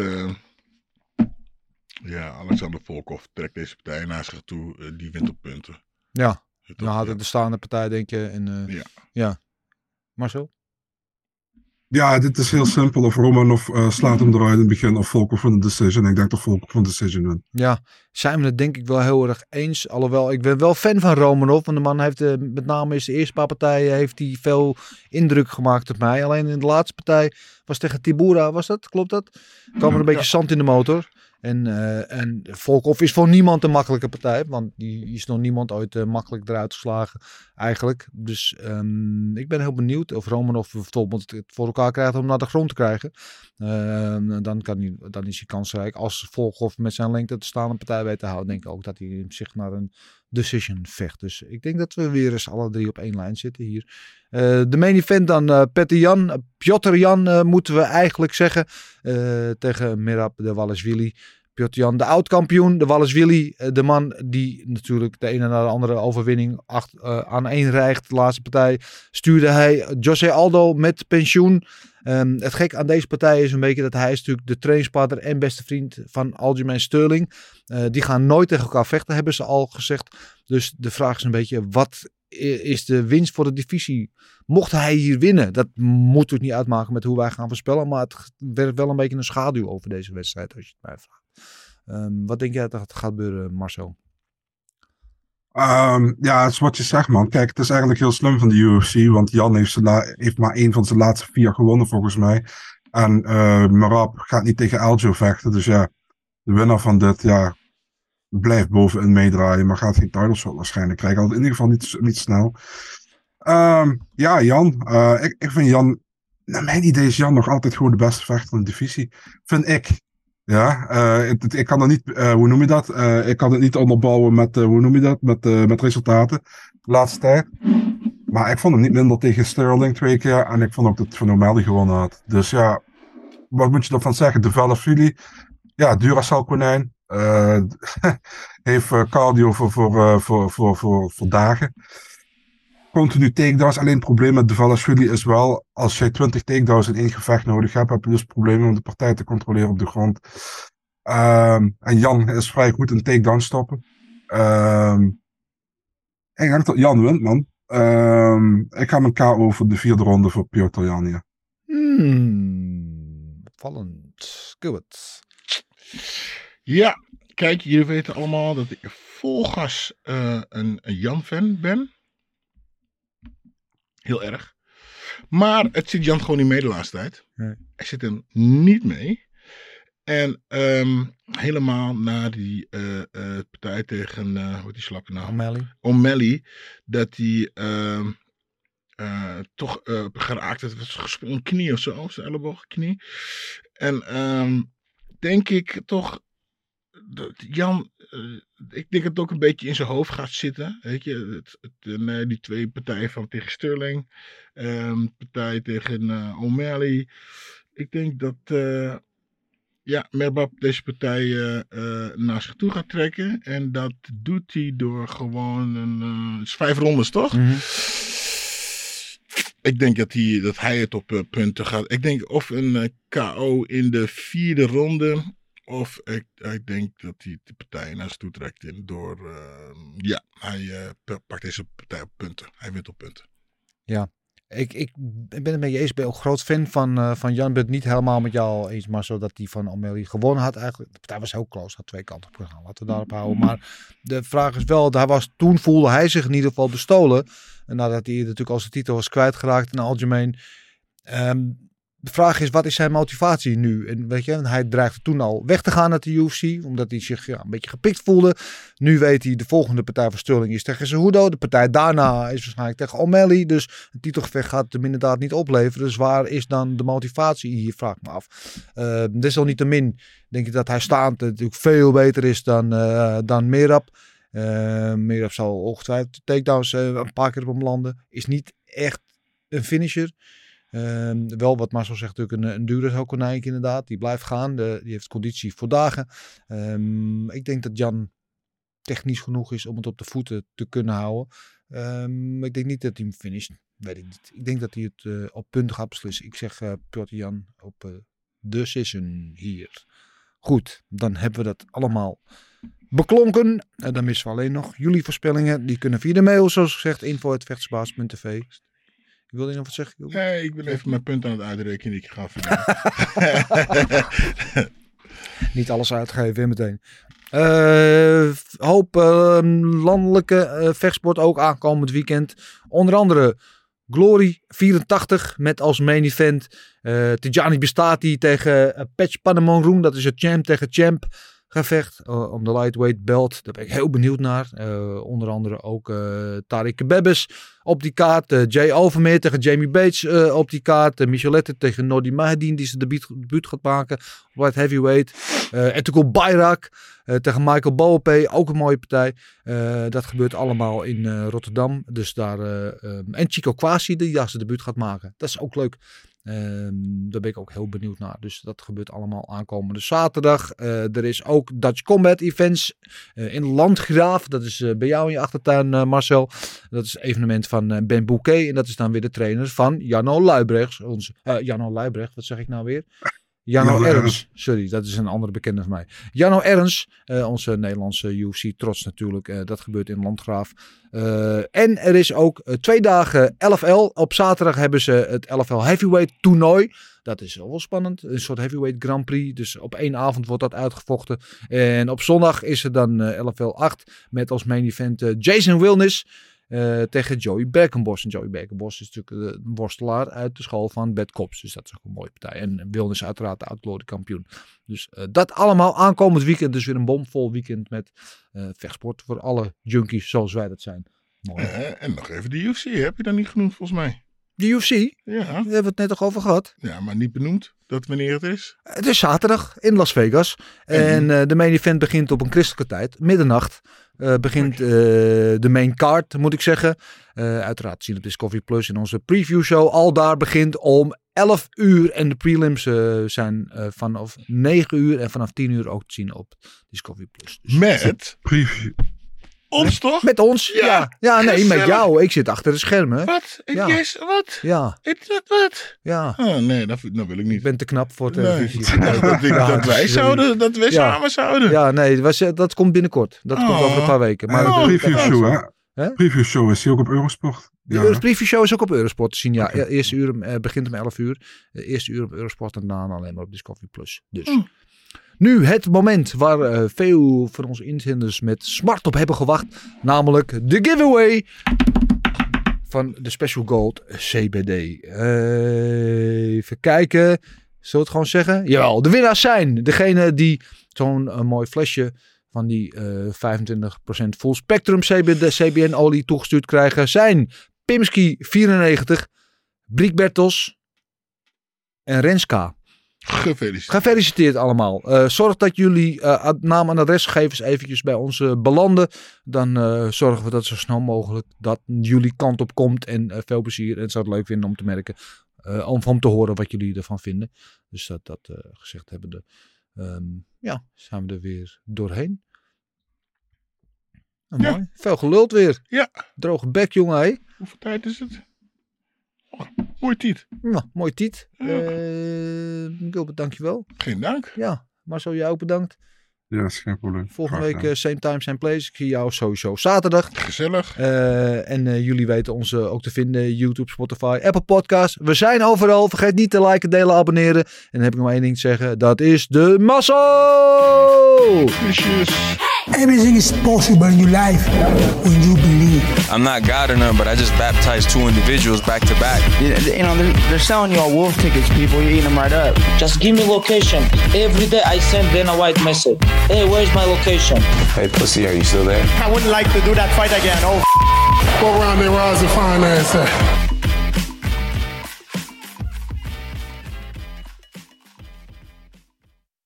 Alexander Volkov trekt deze partij naar zich toe. Die wint op punten. Ja, dan had het de staande partij, denk je. En, ja. Marcel? Ja, dit is heel simpel. Of Romanov slaat hem eruit in het begin of Volkov van de decision. Ik denk dat Volkov van de decision wint. Ja, zijn we het denk ik wel heel erg eens. Alhoewel, ik ben wel fan van Romanov. Want de man heeft met name in zijn eerste paar partijen heeft hij veel indruk gemaakt op mij. Alleen in de laatste partij was tegen Tibura, was dat? Klopt dat? Kwam er een beetje zand in de motor. En Volkov is voor niemand een makkelijke partij. Want die is nog niemand ooit makkelijk eruit geslagen eigenlijk. Dus ik ben heel benieuwd of Romanov bijvoorbeeld het voor elkaar krijgt om naar de grond te krijgen. Dan is hij kansrijk. Als Volkov met zijn lengte de staande partij weet te houden, denk ik ook dat hij zich naar een decision vecht. Dus ik denk dat we weer eens alle 3 op 1 lijn zitten hier. De main event dan Piotr Jan moeten we eigenlijk zeggen. Tegen Merab Dvalishvili. Piotr Jan, de oud-kampioen, de Dvalishvili. De man die natuurlijk de ene na de andere overwinning aan 1 rijgt. De laatste partij stuurde hij Jose Aldo met pensioen. Het gek aan deze partij is een beetje dat hij is natuurlijk de trainingspartner en beste vriend van Aljamain Sterling. Die gaan nooit tegen elkaar vechten, hebben ze al gezegd. Dus de vraag is een beetje, wat is de winst voor de divisie? Mocht hij hier winnen, dat moet het niet uitmaken met hoe wij gaan voorspellen. Maar het werpt wel een beetje een schaduw over deze wedstrijd, als je het mij vraagt. Wat denk jij dat gaat gebeuren, Marcel? Ja, het is wat je zegt, man. Kijk, het is eigenlijk heel slim van de UFC. Want Jan heeft maar 1 van zijn laatste 4 gewonnen, volgens mij. En Merab gaat niet tegen Aljo vechten. Dus ja, de winnaar van dit, blijft bovenin meedraaien. Maar gaat geen title shot waarschijnlijk krijgen. In ieder geval niet snel. Jan. Ik vind Jan... Naar mijn idee is Jan nog altijd gewoon de beste vechter van de divisie. Vind ik. Ja, ik kan er niet, hoe noem je dat? Ik kan het niet onderbouwen met, met resultaten de laatste tijd. Maar ik vond hem niet minder tegen Sterling 2 keer. En ik vond ook dat Van O'Malley gewonnen had. Dus ja, wat moet je ervan zeggen? Dvalishvili, ja, Duracell konijn. Heeft cardio voor dagen. Continu takedowns. Alleen het probleem met Dvalishvili is wel, als jij 20 takedowns in 1 gevecht nodig hebt, heb je dus problemen om de partij te controleren op de grond. En Jan is vrij goed in takedown stoppen. Ik denk dat Jan wint, man. Ik ga mijn KO voor de 4e ronde voor Piotr Jan hier. Opvallend. Good. Ja, kijk, jullie weten allemaal dat ik vol gas een Jan-fan ben. Heel erg. Maar het zit Jan gewoon niet mee de laatste tijd. Nee. Hij zit hem niet mee. En helemaal na die partij tegen, hoe heet die slappe nou? O'Malley. Dat hij toch geraakt heeft. Het was gesprongen knie of zo. Zijn elleboog, knie. En denk ik toch dat Jan, ik denk dat het ook een beetje in zijn hoofd gaat zitten. Weet je, die 2 partijen van tegen Sterling. Partij tegen O'Malley. Ik denk dat Merbab deze partij naar zich toe gaat trekken. En dat doet hij door gewoon het is 5 rondes, toch? Mm-hmm. Ik denk dat hij het op punten gaat. Ik denk of een KO in de 4e ronde. Of ik denk dat hij de partij naar zich toe trekt. En hij pakt deze partij op punten. Hij wint op punten. Ja. Ik ben het met je eens. Ik ben ook groot fan van Jan. Ben het niet helemaal met jou eens, maar zodat hij van O'Malley gewonnen had eigenlijk. De partij was heel close. Had 2 kanten op gegaan. Laten we daarop houden. Maar de vraag is wel, toen voelde hij zich in ieder geval bestolen. En nadat hij natuurlijk al zijn titel was kwijtgeraakt in het algemeen. De vraag is, wat is zijn motivatie nu? En weet je, hij dreigde toen al weg te gaan uit de UFC, omdat hij zich een beetje gepikt voelde. Nu weet hij, de volgende partij van Sterling is tegen Cejudo. De partij daarna is waarschijnlijk tegen O'Malley. Dus een titelgevecht gaat hem inderdaad niet opleveren. Dus waar is dan de motivatie hier? Vraag ik me af. Desalniettemin denk ik dat hij staand natuurlijk veel beter is dan Merab. Merab zal ongetwijfeld takedowns een paar keer op hem landen. Is niet echt een finisher. Wel wat Marcel zegt, natuurlijk een dure konijn inderdaad. Die blijft gaan. Die heeft conditie voor dagen. Ik denk dat Jan technisch genoeg is om het op de voeten te kunnen houden. Ik denk niet dat hij hem finisht. Weet ik niet. Ik denk dat hij het op punten gaat beslissen. Ik zeg Piotr Jan op decision hier. Goed, dan hebben we dat allemaal beklonken. Dan missen we alleen nog jullie voorspellingen. Die kunnen via de mail, zoals gezegd, info@vechtersbaas.tv. Wil je nog wat zeggen? Nee, ik ben even mijn punt aan het uitrekenen die ik ga verdienen. Niet alles uitgeven meteen. Hoop landelijke vechtsport ook aankomend weekend. Onder andere Glory 84 met als main event Tijani Bestati tegen Patch Panamon. Dat is het champ tegen champ gevecht om de lightweight belt. Daar ben ik heel benieuwd naar. Onder andere ook Tariq Kebabes op die kaart. Jay Overmeer tegen Jamie Bates op die kaart. Michelette tegen Nodi Mahedin die zijn debuut gaat maken. Light heavyweight. En toen komt Bayrak tegen Michael Boape. Ook een mooie partij. Dat gebeurt allemaal in Rotterdam. Dus daar, en Chico Kwasi die zijn debuut gaat maken. Dat is ook leuk. Daar ben ik ook heel benieuwd naar. Dus dat gebeurt allemaal aankomende zaterdag. Er is ook Dutch Combat Events in Landgraaf. Dat is bij jou in je achtertuin, Marcel. Dat is een evenement van Ben Bouquet. En dat is dan weer de trainer van Janno Luijbrechts. Janno Luijbrecht, wat zeg ik nou weer? Janno Ernst. Sorry, dat is een andere bekende van mij. Janno Ernst, onze Nederlandse UFC trots natuurlijk. Dat gebeurt in Landgraaf. En er is ook 2 dagen LFL. Op zaterdag hebben ze het LFL Heavyweight toernooi. Dat is wel spannend. Een soort Heavyweight Grand Prix. Dus op 1 avond wordt dat uitgevochten. En op zondag is er dan LFL 8. Met als main event Jason Wilnis. Tegen Joey Berkenbos. En Joey Berkenbos is natuurlijk een worstelaar uit de school van Bad Cops. Dus dat is ook een mooie partij. En Wilnis uiteraard de Outlaw kampioen. Dus dat allemaal aankomend weekend. Dus weer een bomvol weekend met vechtsport voor alle junkies zoals wij dat zijn. Mooi. En nog even de UFC. Heb je dat niet genoemd volgens mij? De UFC? Ja. Daar hebben we het net toch over gehad? Ja, maar niet benoemd dat wanneer het is? Het is zaterdag in Las Vegas. En de main event begint op een christelijke tijd. Middernacht begint de main card, moet ik zeggen. Uiteraard zien we op Discovery Plus in onze preview show. Al daar begint om 11 uur. En de prelims zijn vanaf 9 uur en vanaf 10 uur ook te zien op Discovery Plus. Dus met preview. Ons toch? Met ons, ja. Ja, nee, met jou. Ik zit achter de schermen. Wat? Ja. Yes, wat? Ja. Wat? Ja. Oh, nee, dat wil ik niet. Ik ben te knap voor televisie. Nee. dat wij samen zouden. Ja, nee, dat komt binnenkort. Dat komt over een paar weken. Maar preview show, hè? Preview show is die ook op Eurosport. De preview show is ook op Eurosport te zien. Ja, okay. Eerste uur begint om 11 uur. Eerste uur op Eurosport en daarna alleen maar op Discovery Plus. Dus. Nu het moment waar veel van onze inzenders met smart op hebben gewacht. Namelijk de giveaway van de Special Gold CBD. Even kijken. Zullen we het gewoon zeggen? Jawel, de winnaars zijn degene die zo'n mooi flesje van die 25% full spectrum CBN-olie toegestuurd krijgen. Zijn Pimski 94, Briek Bertels en Renska. Gefeliciteerd allemaal. Zorg dat jullie naam en adresgegevens eventjes bij ons belanden. Dan zorgen we dat zo snel mogelijk dat jullie kant op komt. En veel plezier. En het zou het leuk vinden om te merken. Om te horen wat jullie ervan vinden. Dus dat gezegd hebben. Zijn we er weer doorheen. Mooi. Veel geluld weer. Ja. Droge bek, jongen. Hé. Hoeveel tijd is het? Mooi tiet. Ja, mooi tiet. Gilbert, dankjewel. Geen dank. Ja, Marcel, jij ook bedankt. Ja, is geen probleem. Volgende week same time, same place. Ik zie jou sowieso zaterdag. Gezellig. En jullie weten ons ook te vinden. YouTube, Spotify, Apple Podcasts. We zijn overal. Vergeet niet te liken, delen, abonneren. En dan heb ik nog maar één ding te zeggen. Dat is de Masso! Everything is possible in your life when you believe. I'm not God or none, but I just baptized 2 individuals back to back. You know, they're selling you all wolf tickets, people. You're eating them right up. Just give me location. Every day I send Dana White message. Hey, where's my location? Hey, pussy, are you still there? I wouldn't like to do that fight again. Oh, Go around there, Roz, and find that.